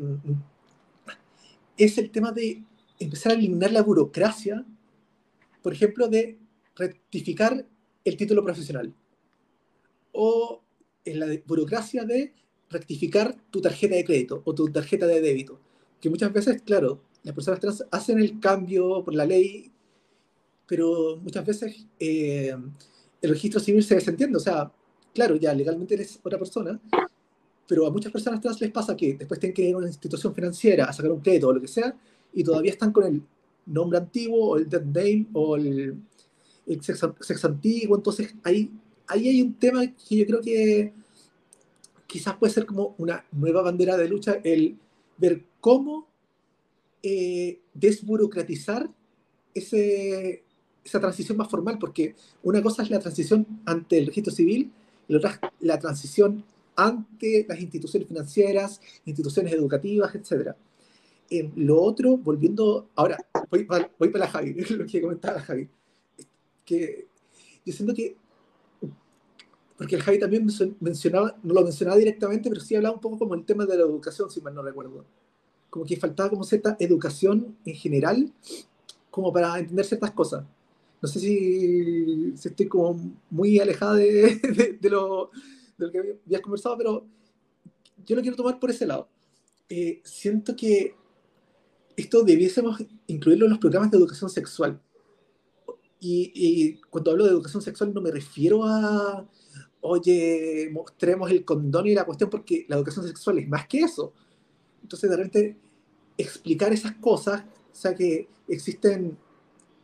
es el tema de empezar a eliminar la burocracia, por ejemplo, de rectificar el título profesional, o en la de burocracia de rectificar tu tarjeta de crédito o tu tarjeta de débito, que muchas veces, claro, las personas trans hacen el cambio por la ley, pero muchas veces eh, el registro civil se desentiende. O sea, claro, ya legalmente eres otra persona, pero a muchas personas trans les pasa que después tienen que ir a una institución financiera a sacar un crédito o lo que sea, y todavía están con el nombre antiguo o el dead name o el, el sexo, sexo antiguo. Entonces ahí, ahí hay un tema que yo creo que quizás puede ser como una nueva bandera de lucha, el ver cómo eh, desburocratizar ese, esa transición más formal, porque una cosa es la transición ante el registro civil y la otra es la transición ante las instituciones financieras, instituciones educativas, etcétera. Eh, lo otro, volviendo, ahora voy, voy para la Javi, lo que comentaba Javi, que yo siento que, porque el Javi también mencionaba, no lo mencionaba directamente, pero sí hablaba un poco como el tema de la educación, si mal no recuerdo, como que faltaba como cierta educación en general, como para entender ciertas cosas. No sé si, si estoy como muy alejada de, de, de, lo, de lo que habías conversado, pero yo lo quiero tomar por ese lado. Eh, siento que esto debiésemos incluirlo en los programas de educación sexual. Y, y cuando hablo de educación sexual no me refiero a, oye, mostremos el condón y la cuestión, porque la educación sexual es más que eso. Entonces, de repente, explicar esas cosas, o sea, que existen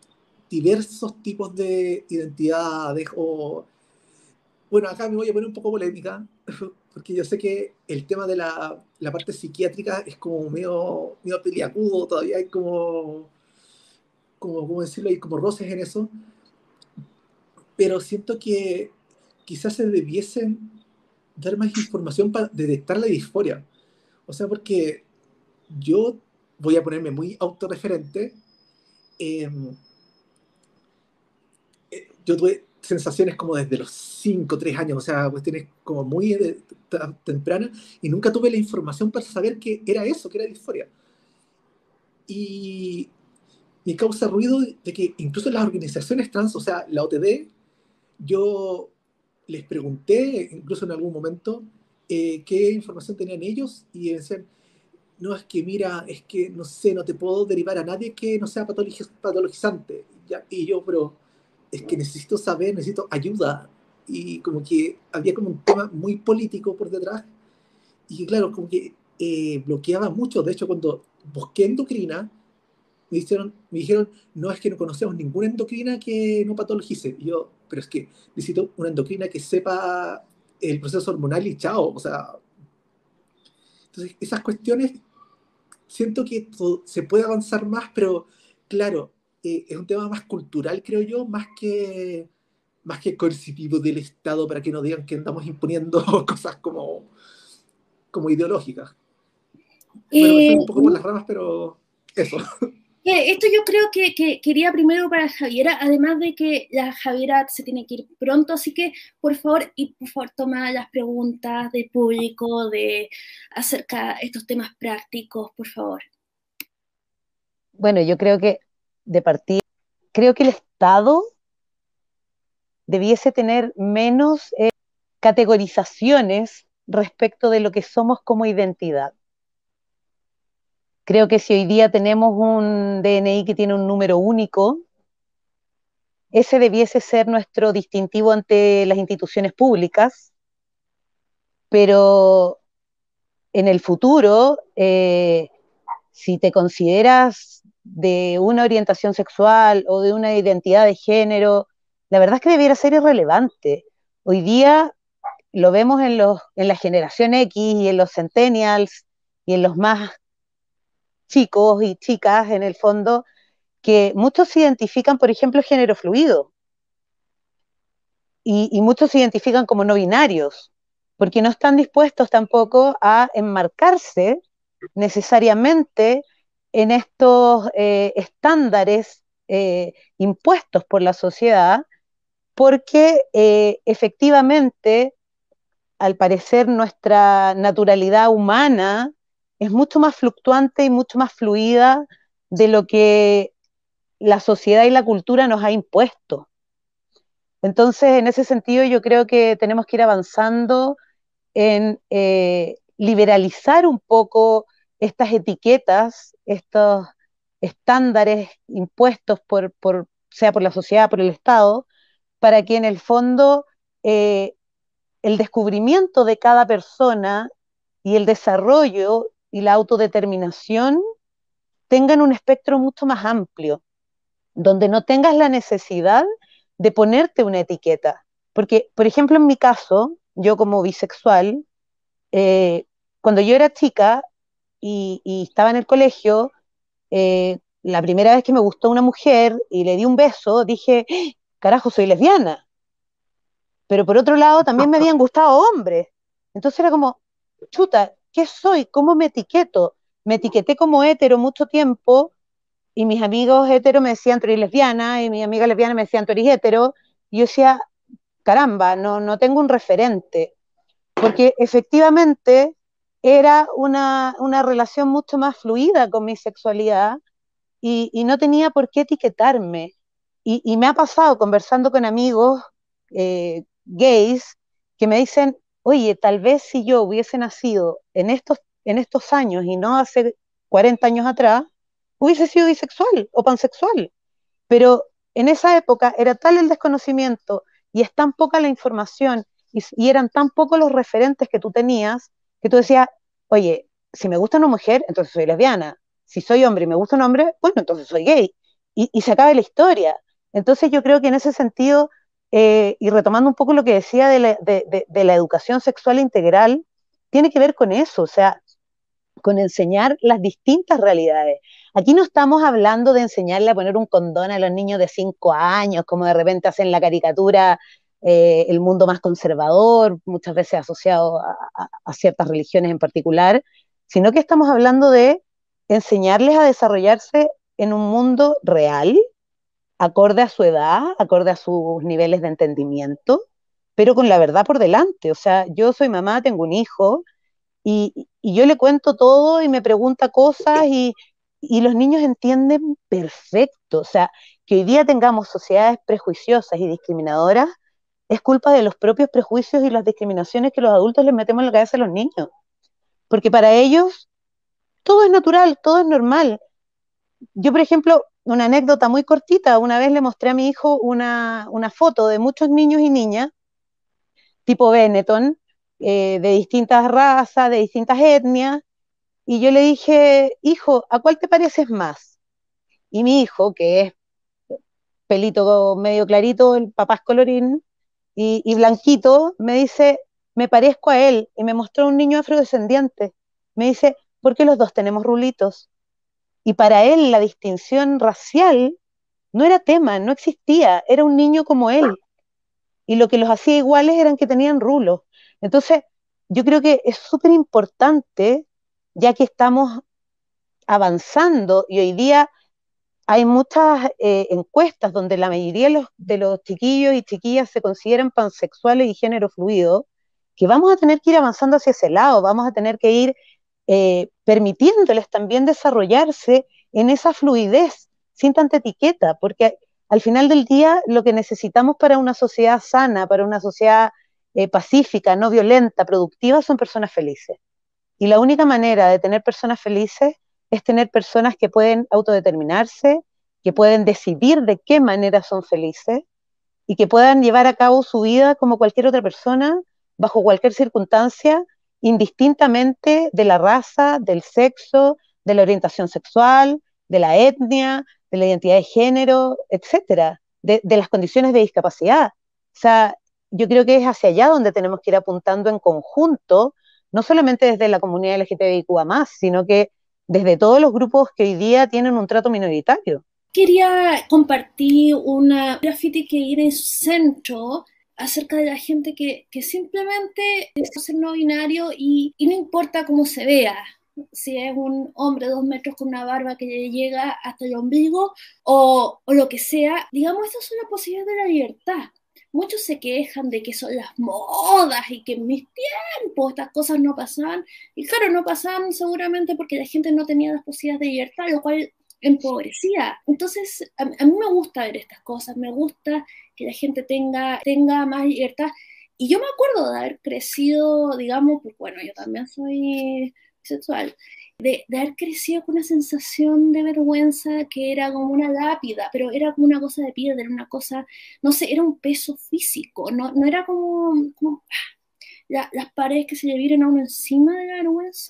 diversos tipos de identidades o... Bueno, acá me voy a poner un poco polémica, porque yo sé que el tema de la, la parte psiquiátrica es como medio, medio peliagudo, todavía hay como, como, ¿cómo decirlo? Hay como roces en eso, pero siento que quizás se debiesen dar más información para detectar la disforia. O sea, porque yo voy a ponerme muy autorreferente. Eh, eh, yo tuve sensaciones como desde los cinco tres años, o sea, cuestiones como muy de, tempranas, y nunca tuve la información para saber que era eso, que era disforia. Y me causa ruido de que incluso las organizaciones trans, o sea, la O T D, yo les pregunté, incluso en algún momento, eh, qué información tenían ellos, y decían, no, es que mira, es que no sé, no te puedo derivar a nadie que no sea patologiz patologizante. Ya, y yo, pero es que necesito saber, necesito ayuda. Y como que había como un tema muy político por detrás, y que claro, como que eh, bloqueaba mucho. De hecho, cuando busqué endocrina, me dijeron, me dijeron, no, es que no conocemos ninguna endocrina que no patologice. Y yo, pero es que necesito una endocrina que sepa el proceso hormonal y chao. O sea, entonces esas cuestiones siento que se puede avanzar más, pero claro, eh, es un tema más cultural, creo yo, más que, más que coercitivo del Estado para que no digan que andamos imponiendo cosas como, como ideológicas. Bueno, me fui Eh, un poco por las ramas, pero eso. Eh, esto yo creo que, que quería primero para Javiera, además de que la Javiera se tiene que ir pronto, así que por favor, y por favor toma las preguntas del público de acerca de estos temas prácticos, por favor. Bueno, yo creo que de partida, creo que el Estado debiese tener menos eh, categorizaciones respecto de lo que somos como identidad. Creo que si hoy día tenemos un D N I que tiene un número único, ese debiese ser nuestro distintivo ante las instituciones públicas, pero en el futuro, eh, si te consideras de una orientación sexual o de una identidad de género, la verdad es que debiera ser irrelevante. Hoy día lo vemos en, los, en la generación X y en los centennials y en los más chicos y chicas, en el fondo, que muchos se identifican, por ejemplo, género fluido y, y muchos se identifican como no binarios, porque no están dispuestos tampoco a enmarcarse necesariamente en estos eh, estándares eh, impuestos por la sociedad, porque eh, efectivamente, al parecer, nuestra naturalidad humana es mucho más fluctuante y mucho más fluida de lo que la sociedad y la cultura nos ha impuesto. Entonces, en ese sentido, yo creo que tenemos que ir avanzando en eh, liberalizar un poco estas etiquetas, estos estándares impuestos por, por, sea por la sociedad, por el Estado, para que en el fondo eh, el descubrimiento de cada persona y el desarrollo y la autodeterminación tengan un espectro mucho más amplio, donde no tengas la necesidad de ponerte una etiqueta. Porque, por ejemplo, en mi caso, yo como bisexual, eh, cuando yo era chica y, y estaba en el colegio, eh, la primera vez que me gustó una mujer y le di un beso, dije, ¡ah! Carajo, soy lesbiana. Pero por otro lado, también me habían gustado hombres. Entonces era como, chuta, ¿qué soy? ¿Cómo me etiqueto? Me etiqueté como hetero mucho tiempo y mis amigos hetero me decían, tú eres lesbiana, y mis amigas lesbianas me decían, tú eres hetero. Y yo decía, caramba, no, no tengo un referente. Porque efectivamente era una, una relación mucho más fluida con mi sexualidad y, y no tenía por qué etiquetarme. Y, y, me ha pasado conversando con amigos eh, gays que me dicen, oye, tal vez si yo hubiese nacido en estos, en estos años y no hace cuarenta años atrás, hubiese sido bisexual o pansexual. Pero en esa época era tal el desconocimiento y es tan poca la información y, y eran tan pocos los referentes que tú tenías que tú decías, oye, si me gusta una mujer, entonces soy lesbiana. Si soy hombre y me gusta un hombre, bueno, entonces soy gay. Y, y se acaba la historia. Entonces yo creo que en ese sentido, eh, y retomando un poco lo que decía de la, de, de, de la educación sexual integral, tiene que ver con eso, o sea, con enseñar las distintas realidades. Aquí no estamos hablando de enseñarle a poner un condón a los niños de cinco años, como de repente hacen la caricatura, eh, el mundo más conservador, muchas veces asociado a, a, a ciertas religiones en particular, sino que estamos hablando de enseñarles a desarrollarse en un mundo real, acorde a su edad, acorde a sus niveles de entendimiento, pero con la verdad por delante. O sea, yo soy mamá, tengo un hijo, y, y yo le cuento todo y me pregunta cosas y, y los niños entienden perfecto. O sea, que hoy día tengamos sociedades prejuiciosas y discriminadoras es culpa de los propios prejuicios y las discriminaciones que los adultos les metemos en la cabeza a los niños. Porque para ellos todo es natural, todo es normal. Yo, por ejemplo, una anécdota muy cortita, una vez le mostré a mi hijo una, una foto de muchos niños y niñas, tipo Benetton, eh, de distintas razas, de distintas etnias, y yo le dije, hijo, ¿a cuál te pareces más? Y mi hijo, que es pelito medio clarito, el papá es colorín, y, y blanquito, me dice, me parezco a él, y me mostró un niño afrodescendiente. Me dice, ¿por qué los dos tenemos rulitos? Y para él la distinción racial no era tema, no existía, era un niño como él. Y lo que los hacía iguales eran que tenían rulos. Entonces, yo creo que es súper importante, ya que estamos avanzando y hoy día hay muchas eh, encuestas donde la mayoría de los, de los chiquillos y chiquillas se consideran pansexuales y género fluido, que vamos a tener que ir avanzando hacia ese lado, vamos a tener que ir eh, permitiéndoles también desarrollarse en esa fluidez, sin tanta etiqueta, porque al final del día lo que necesitamos para una sociedad sana, para una sociedad eh, pacífica, no violenta, productiva, son personas felices. Y la única manera de tener personas felices es tener personas que pueden autodeterminarse, que pueden decidir de qué manera son felices y que puedan llevar a cabo su vida como cualquier otra persona, bajo cualquier circunstancia, indistintamente de la raza, del sexo, de la orientación sexual, de la etnia, de la identidad de género, etcétera, de, de las condiciones de discapacidad. O sea, yo creo que es hacia allá donde tenemos que ir apuntando en conjunto, no solamente desde la comunidad L G T B I Q A más, sino que desde todos los grupos que hoy día tienen un trato minoritario. Quería compartir una graffiti que ir en su centro acerca de la gente que, que simplemente es ser no binario y, y no importa cómo se vea, si es un hombre de dos metros con una barba que le llega hasta el ombligo o, o lo que sea, digamos, esas son las posibilidades de la libertad. Muchos se quejan de que son las modas y que en mis tiempos estas cosas no pasaban. Y claro, no pasaban seguramente porque la gente no tenía las posibilidades de libertad, lo cual empobrecía. Entonces, a, a mí me gusta ver estas cosas, me gusta que la gente tenga, tenga más libertad. Y yo me acuerdo de haber crecido, digamos, pues bueno, yo también soy sexual, de, de haber crecido con una sensación de vergüenza que era como una lápida, pero era como una cosa de piedra, era una cosa, no sé, era un peso físico, no, no era como, como la, las paredes que se le vienen a uno encima de la vergüenza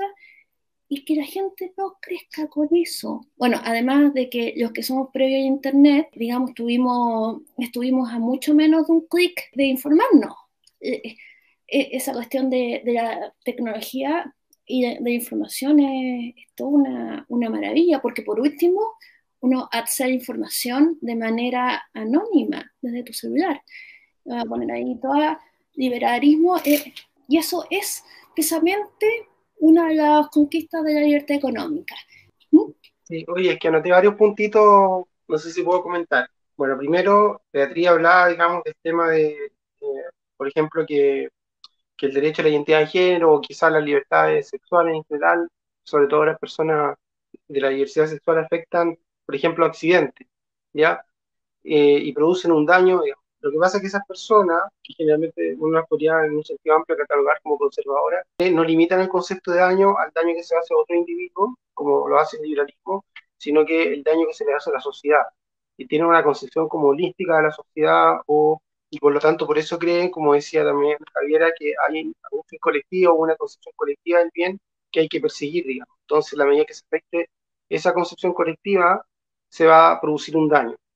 y que la gente no crezca con eso. Bueno, además de que los que somos previos a internet, digamos, tuvimos, estuvimos a mucho menos de un clic de informarnos. Eh, eh, esa cuestión de, de la tecnología y de, de información es, es toda una, una maravilla, porque por último, uno accede a información de manera anónima desde tu celular. Voy a poner ahí todo liberalismo, eh, y eso es precisamente una de las conquistas de la libertad económica. ¿Mm? Sí, oye, es que anoté varios puntitos, no sé si puedo comentar. Bueno, primero, Beatriz hablaba, digamos, del tema de, eh, por ejemplo, que, que el derecho a la identidad de género o quizás las libertades sexuales en general, sobre todo las personas de la diversidad sexual, afectan, por ejemplo, accidentes, ¿ya? Eh, y producen un daño, digamos. Lo que pasa es que esas personas, que generalmente uno las podría en un sentido amplio catalogar como conservadoras, eh, no limitan el concepto de daño al daño que se hace a otro individuo, como lo hace el liberalismo, sino que el daño que se le hace a la sociedad. Y tienen una concepción como holística de la sociedad, o, y por lo tanto por eso creen, como decía también Javiera, que hay un fin colectivo, una concepción colectiva del bien que hay que perseguir, digamos. Entonces, la medida que se afecte esa concepción colectiva, se va a producir un daño.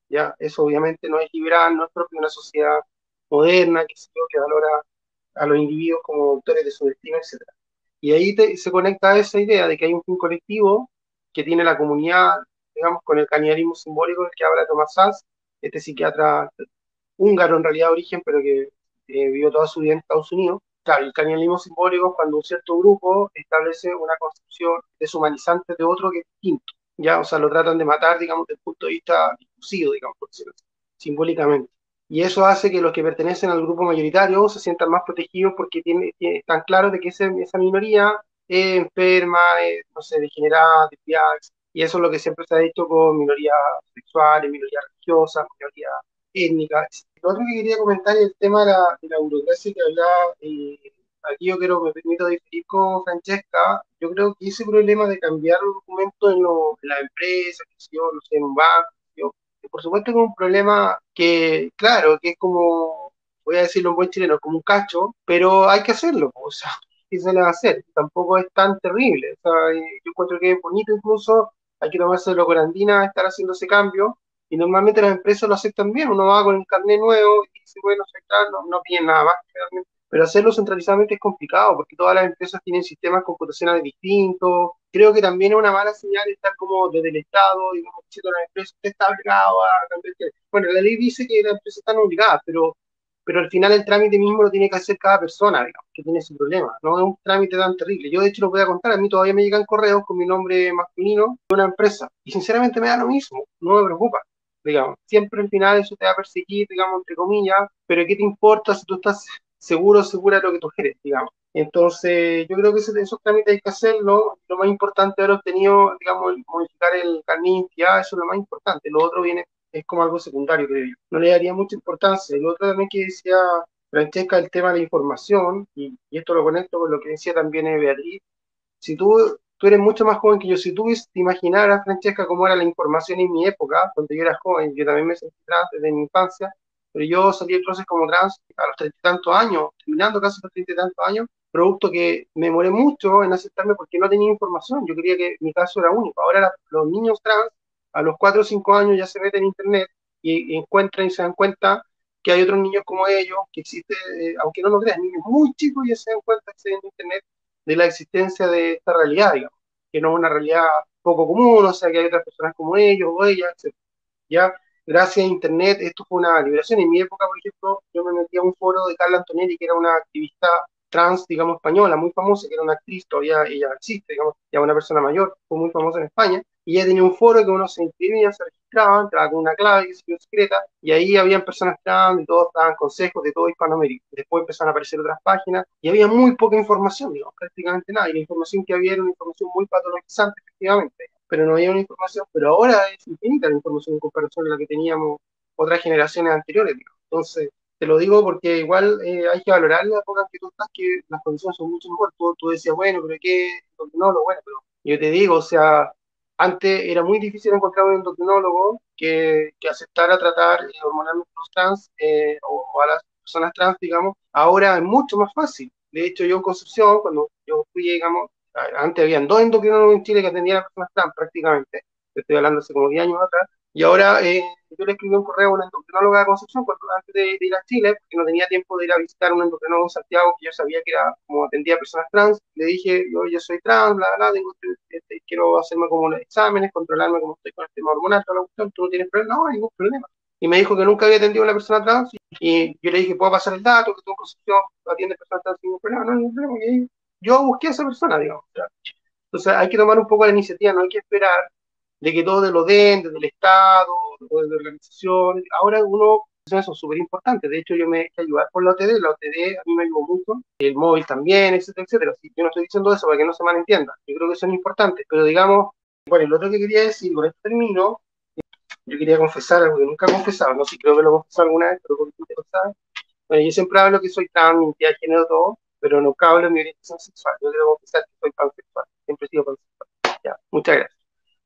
¿ya? Eso obviamente no es liberal, no es propio de una sociedad moderna, que, sé yo, que valora a los individuos como autores de su destino, etcétera. Y ahí te- se conecta a esa idea de que hay un fin colectivo que tiene la comunidad, digamos, con el canibalismo simbólico del que habla Thomas Sachs, este psiquiatra húngaro en realidad de origen, pero que eh, vivió toda su vida en Estados Unidos. Claro, el canibalismo simbólico es cuando un cierto grupo establece una concepción deshumanizante de otro que es distinto, ¿ya? O sea, lo tratan de matar, digamos, desde el punto de vista discursivo, digamos, por decirlo así, simbólicamente. Y eso hace que los que pertenecen al grupo mayoritario se sientan más protegidos porque tiene, tiene- están claros de que ese- esa minoría es enferma, es, no sé, degenerada, desviada, y eso es lo que siempre se ha hecho con minorías sexuales, minorías religiosas, minorías étnicas. Lo otro que quería comentar es el tema de la, de la burocracia que hablaba. Eh, aquí yo quiero, me permito diferir con Francesca. Yo creo que ese problema de cambiar los documentos en, lo- en la empresa, que sé yo, no sé, en un banco, qué sé yo, que por supuesto que es un problema que, claro, que es como, voy a decirlo en buen chileno, como un cacho, pero hay que hacerlo, o sea, ¿qué se le va a hacer? Tampoco es tan terrible. O sea, eh, yo encuentro que es bonito incluso, hay que tomárselo con andina, estar haciendo ese cambio y normalmente las empresas lo aceptan bien, uno va con el carnet nuevo y dice, bueno, soy tal, no, no piden nada más, realmente. Pero hacerlo centralizadamente es complicado porque todas las empresas tienen sistemas computacionales distintos. Creo que también es una mala señal estar como desde el Estado, digamos, diciendo a las empresas, usted está obligado a cambiar. Bueno, la ley dice que las empresas están obligadas, pero, pero al final el trámite mismo lo tiene que hacer cada persona, digamos, que tiene ese problema. No es un trámite tan terrible. Yo, de hecho, lo voy a contar. A mí todavía me llegan correos con mi nombre masculino de una empresa. Y sinceramente me da lo mismo. No me preocupa, digamos. Siempre al final eso te va a perseguir, digamos, entre comillas, pero ¿qué te importa si tú estás seguro o segura de lo que tú eres, digamos? Entonces, yo creo que esos, esos trámites hay que hacerlo. Lo más importante haber obtenido, digamos, el modificar el carnet de identidad, eso es lo más importante. Lo otro viene, es como algo secundario, creo yo. No le daría mucha importancia. Lo otro también que decía Francesca, el tema de la información, y, y esto lo conecto con lo que decía también eh, Beatriz. Si tú, tú eres mucho más joven que yo, si tú te imaginaras, Francesca, cómo era la información en mi época, cuando yo era joven, yo también me sentí trans desde mi infancia, pero yo salí del proceso como trans a los treinta y tantos años, terminando casi los treinta y tantos años, producto que me demoré mucho en aceptarme porque no tenía información, yo quería que mi caso era único. Ahora la, los niños trans a los cuatro o cinco años ya se meten en internet y, y encuentran y se dan cuenta que hay otros niños como ellos, que existe, eh, aunque no lo crean, niños muy chicos ya se dan cuenta que en internet de la existencia de esta realidad, digamos, que no es una realidad poco común, o sea, que hay otras personas como ellos o ellas, etcétera. Ya, gracias a Internet, esto fue una liberación. En mi época, por ejemplo, yo me metí a un foro de Carla Antonelli, que era una activista trans, digamos, española, muy famosa, que era una actriz, todavía ella existe, digamos, ya una persona mayor, fue muy famosa en España, y ella tenía un foro que uno se inscribía, se registraba, entraba con una clave que se dio secreta, y ahí habían personas trans, y todos daban consejos de todo Hispanoamérica. Después empezaron a aparecer otras páginas, y había muy poca información, digamos, prácticamente nada, y la información que había era una información muy patologizante, efectivamente, pero no había una información, pero ahora es infinita la información en comparación a la que teníamos otras generaciones anteriores, digamos. Entonces, te lo digo porque igual eh, hay que valorar la época en que tú estás, que las condiciones son mucho mejor. Tú, tú decías, bueno, pero ¿qué? Endocrinólogo, bueno, pero yo te digo, o sea, antes era muy difícil encontrar un endocrinólogo que, que aceptara tratar eh, hormonalmente a los trans eh, o, o a las personas trans, digamos. Ahora es mucho más fácil. De hecho, yo en Concepción, cuando yo fui, digamos, antes habían dos endocrinólogos en Chile que atendían a personas trans prácticamente, te estoy hablando hace como diez años atrás, y ahora eh, yo le escribí un correo a una endocrinóloga de Concepción cuando, antes de, de ir a Chile, porque no tenía tiempo de ir a visitar a un endocrinólogo en Santiago, que yo sabía que era como atendía a personas trans. Le dije, yo, yo soy trans, bla, bla, tengo, este, este, quiero hacerme como los exámenes, controlarme cómo estoy con el tema hormonal, toda la cuestión, tú no tienes problema, no, ningún problema. Y me dijo que nunca había atendido a una persona trans, y, y yo le dije, ¿puedo pasar el dato? Que tú en Concepción atiendes personas trans sin ningún problema, no, ningún problema. Y yo busqué a esa persona, digamos. O sea, entonces hay que tomar un poco la iniciativa, no hay que esperar de que todo te lo den, desde el Estado, o desde organizaciones. Ahora uno, eso son súper importantes. De hecho, yo me dejé ayudar por la O T D, la O T D a mí me ayudó mucho, el móvil también, etcétera, etcétera. Así, yo no estoy diciendo eso para que no se malentienda, yo creo que son importantes, pero digamos, bueno, lo otro que quería decir, con esto termino, yo quería confesar algo que nunca he confesado, no sé si creo que lo he confesado alguna vez, pero por qué lo sabes. Bueno, yo siempre hablo que soy trans, mi identidad de género, todo, pero nunca hablo de mi orientación sexual. Yo quiero confesar que soy pansexual, siempre he sido pansexual. Ya, muchas gracias.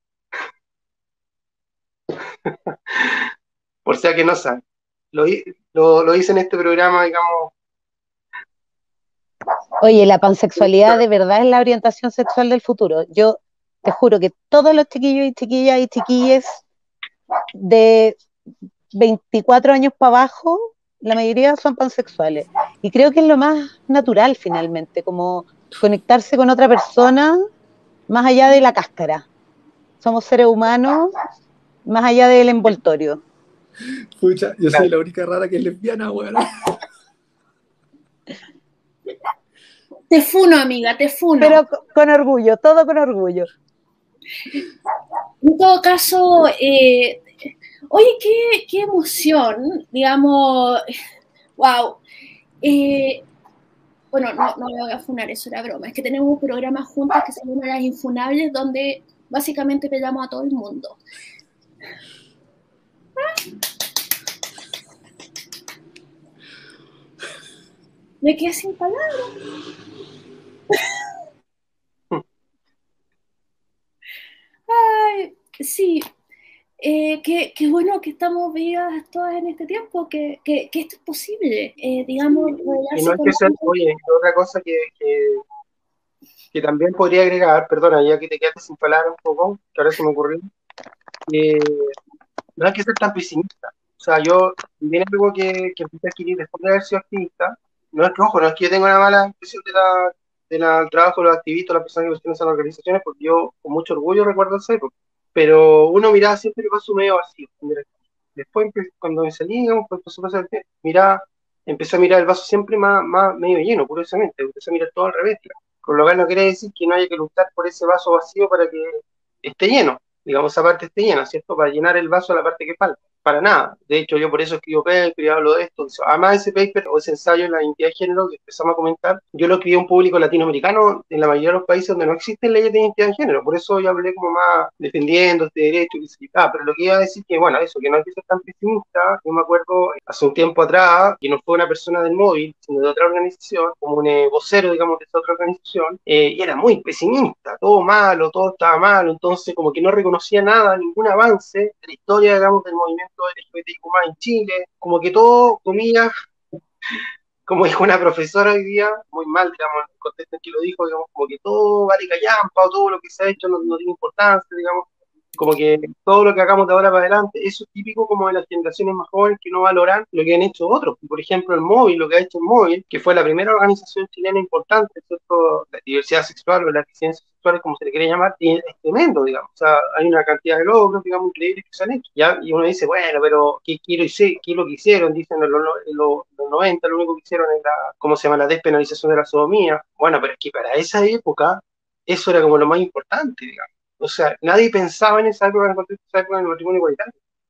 Por si que no saben. Lo, lo, lo hice en este programa, digamos. Oye, la pansexualidad de verdad es la orientación sexual del futuro. Yo te juro que todos los chiquillos y chiquillas y chiquilles de veinticuatro años para abajo, la mayoría son pansexuales. Y creo que es lo más natural finalmente, como conectarse con otra persona más allá de la cáscara. Somos seres humanos más allá del envoltorio. Pucha, yo Claro. soy la única rara que es lesbiana, weón. Te funo, amiga, te funo. Pero con orgullo, todo con orgullo. En todo caso, eh, oye, qué, qué emoción, digamos, wow. Eh, bueno, no, no me voy a funar, eso era broma. Es que tenemos un programa juntas que se llama Las Infunables, donde básicamente peleamos a todo el mundo. Me quedé sin palabras. Ay, sí, eh, qué, qué bueno que estamos vivas todas en este tiempo, que, que, que esto es posible, eh, digamos, Y rodearse no hay con que ser, alguien. oye, otra cosa que, que, que también podría agregar, perdona, ya que te quedaste sin palabras un poco, que ahora se me ocurrió, eh, no hay que ser tan pesimista. O sea, yo, viene algo que, que empecé a adquirir después de haber sido activista, no es que, ojo, no es que yo tenga una mala impresión de la, de la- del trabajo de los activistas, las personas que pertenecen a las organizaciones, porque yo con mucho orgullo recuerdo esa época, pero uno miraba siempre el vaso medio vacío. Después, empe- cuando me salí, digamos, pues empezó a pasar el tiempo, miraba, empecé a mirar el vaso siempre más, más medio lleno, curiosamente, empecé a mirar todo al revés. Por lo cual no quiere decir que no haya que luchar por ese vaso vacío para que esté lleno, digamos, esa parte esté llena, ¿cierto? Para llenar el vaso a la parte que falta. Para nada. De hecho, yo por eso escribo paper y hablo de esto. Además, ese paper o ese ensayo en la identidad de género que empezamos a comentar, yo lo escribí a un público latinoamericano en la mayoría de los países donde no existen leyes de identidad de género. Por eso yo hablé como más defendiendo este derecho. Que se, ah, pero lo que iba a decir que, bueno, eso, que no hay que ser tan pesimista. Yo me acuerdo hace un tiempo atrás, que no fue una persona del móvil, sino de otra organización, como un eh, vocero, digamos, de esa otra organización, eh, y era muy pesimista, todo malo, todo estaba malo, entonces como que no reconocía nada, ningún avance de la historia, digamos, del movimiento L G B T I Q más en Chile, como que todo, comillas, como dijo una profesora hoy día, muy mal, digamos, en el contexto en que lo dijo, digamos, como que todo vale callampa o todo lo que se ha hecho no, no tiene importancia, digamos, como que todo lo que hagamos de ahora para adelante, eso es típico como de las generaciones más jóvenes que no valoran lo que han hecho otros. Por ejemplo, el Móvil, lo que ha hecho el Móvil, que fue la primera organización chilena importante, ¿cierto? La diversidad sexual o las disidencias sexuales, como se le quiere llamar, y es tremendo, digamos. O sea, hay una cantidad de logros, digamos, increíbles que se han hecho. ¿Ya? Y uno dice, bueno, pero ¿qué, qué, lo, hice, qué lo que hicieron? Dicen en los, en los, los noventa, lo único que hicieron es la, ¿cómo se llama? La despenalización de la sodomía. Bueno, pero es que para esa época, eso era como lo más importante, digamos. O sea, nadie pensaba en esa época, en esa época en el matrimonio igualitario.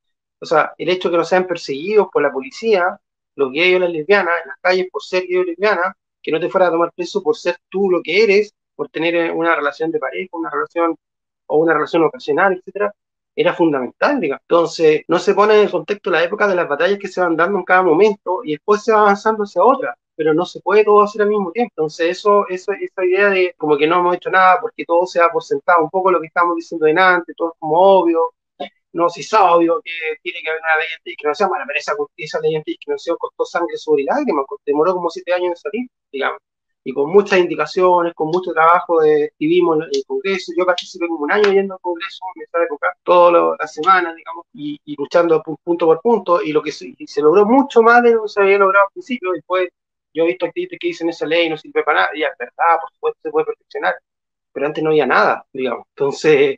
O sea, el hecho de que no sean perseguidos por la policía, los gays o las lesbianas, en las calles por ser gay o lesbiana, que no te fuera a tomar preso por ser tú lo que eres, por tener una relación de pareja, una relación o una relación ocasional, etcétera, era fundamental, digamos. Entonces, no se pone en el contexto la época de las batallas que se van dando en cada momento y después se va avanzando hacia otra, pero no se puede todo hacer al mismo tiempo. Entonces, eso, eso, esa idea de como que no hemos hecho nada porque todo se da por sentado, un poco lo que estamos diciendo de antes, todo es como obvio, no, si es obvio que tiene que haber una ley de discriminación, bueno, pero esa, esa ley de discriminación costó sangre sobre lágrimas, demoró como siete años en salir, digamos, y con muchas indicaciones, con mucho trabajo de activismo en el Congreso. Yo participé como un año yendo al Congreso en esa época, todas las semanas, digamos, y, y luchando punto por punto, y lo que se, y se logró mucho más de lo que se había logrado al principio. Después, yo he visto activistas que dicen esa ley no sirve para nada, y es verdad, por supuesto se puede perfeccionar, pero antes no había nada, digamos. Entonces,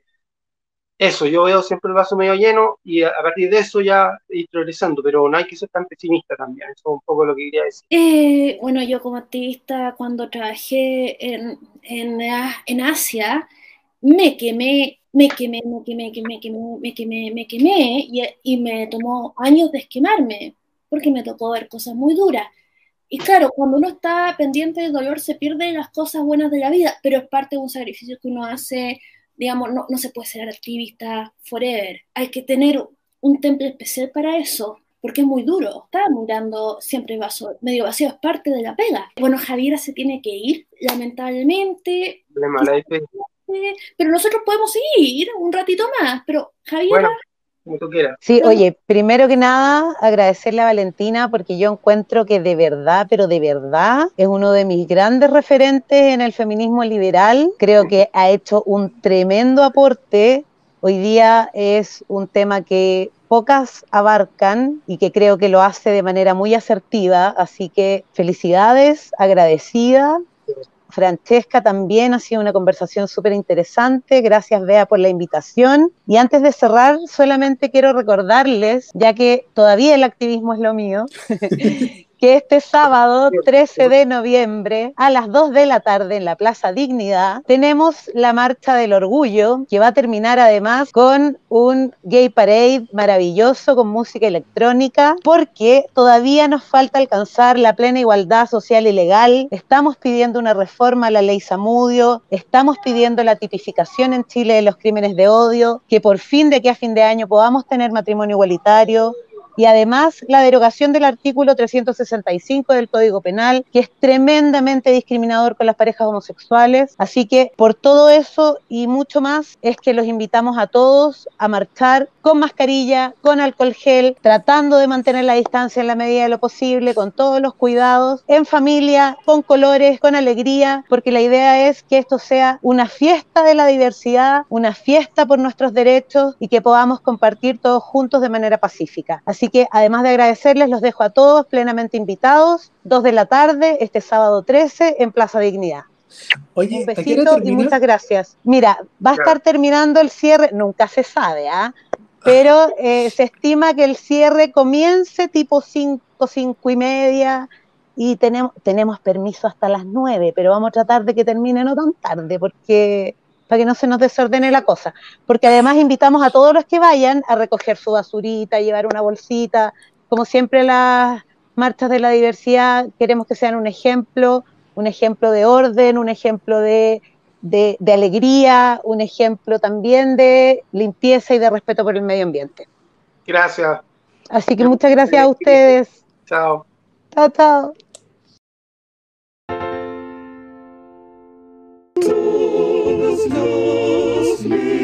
eso, yo veo siempre el vaso medio lleno y a, a partir de eso ya ir progresando, pero no hay que ser tan pesimista también, eso es un poco lo que quería decir. Eh, bueno, yo como activista, cuando trabajé en, en, en Asia, me quemé, me quemé, me quemé, me quemé, me quemé, me quemé, y, y me tomó años desquemarme, porque me tocó ver cosas muy duras. Y claro, cuando uno está pendiente del dolor, se pierde las cosas buenas de la vida, pero es parte de un sacrificio que uno hace, digamos, no, no se puede ser activista forever. Hay que tener un temple especial para eso, porque es muy duro. Está mirando siempre vaso, medio vacío, es parte de la pega. Bueno, Javiera se tiene que ir, lamentablemente, Problema, la despedida. pero nosotros podemos seguir un ratito más, pero Javiera... Bueno, como tú quieras. Sí, oye, primero que nada, agradecerle a Valentina porque yo encuentro que de verdad, pero de verdad, es uno de mis grandes referentes en el feminismo liberal. Creo que ha hecho un tremendo aporte. hoy día es un tema que pocas abarcan y que creo que lo hace de manera muy asertiva, así que felicidades, agradecida. Francesca, también ha sido una conversación súper interesante, gracias Bea por la invitación, y antes de cerrar solamente quiero recordarles, ya que todavía el activismo es lo mío, que este sábado trece de noviembre a las dos de la tarde en la Plaza Dignidad tenemos la Marcha del Orgullo, que va a terminar además con un gay parade maravilloso con música electrónica, porque todavía nos falta alcanzar la plena igualdad social y legal. Estamos pidiendo una reforma a la ley Zamudio, estamos pidiendo la tipificación en Chile de los crímenes de odio, que por fin de aquí a fin de año podamos tener matrimonio igualitario, y además la derogación del artículo trescientos sesenta y cinco del Código Penal, que es tremendamente discriminador con las parejas homosexuales. Así que por todo eso y mucho más es que los invitamos a todos a marchar con mascarilla, con alcohol gel, tratando de mantener la distancia en la medida de lo posible, con todos los cuidados, en familia, con colores, con alegría, porque la idea es que esto sea una fiesta de la diversidad, una fiesta por nuestros derechos y que podamos compartir todos juntos de manera pacífica. Así que además de agradecerles, los dejo a todos plenamente invitados, dos de la tarde, este sábado trece en Plaza Dignidad. Oye, un besito y muchas gracias. Mira, va a Claro. estar terminando el cierre, nunca se sabe, ¿ah? ¿eh? Pero eh, se estima que el cierre comience tipo cinco, cinco y media, y tenemos, tenemos permiso hasta las nueve, pero vamos a tratar de que termine no tan tarde, porque para que no se nos desordene la cosa, porque además invitamos a todos los que vayan a recoger su basurita, llevar una bolsita, como siempre las marchas de la diversidad queremos que sean un ejemplo, un ejemplo de orden, un ejemplo de, de, de alegría, un ejemplo también de limpieza y de respeto por el medio ambiente. Gracias. Así que muchas gracias a ustedes. Chao. Chao, chao. Todos los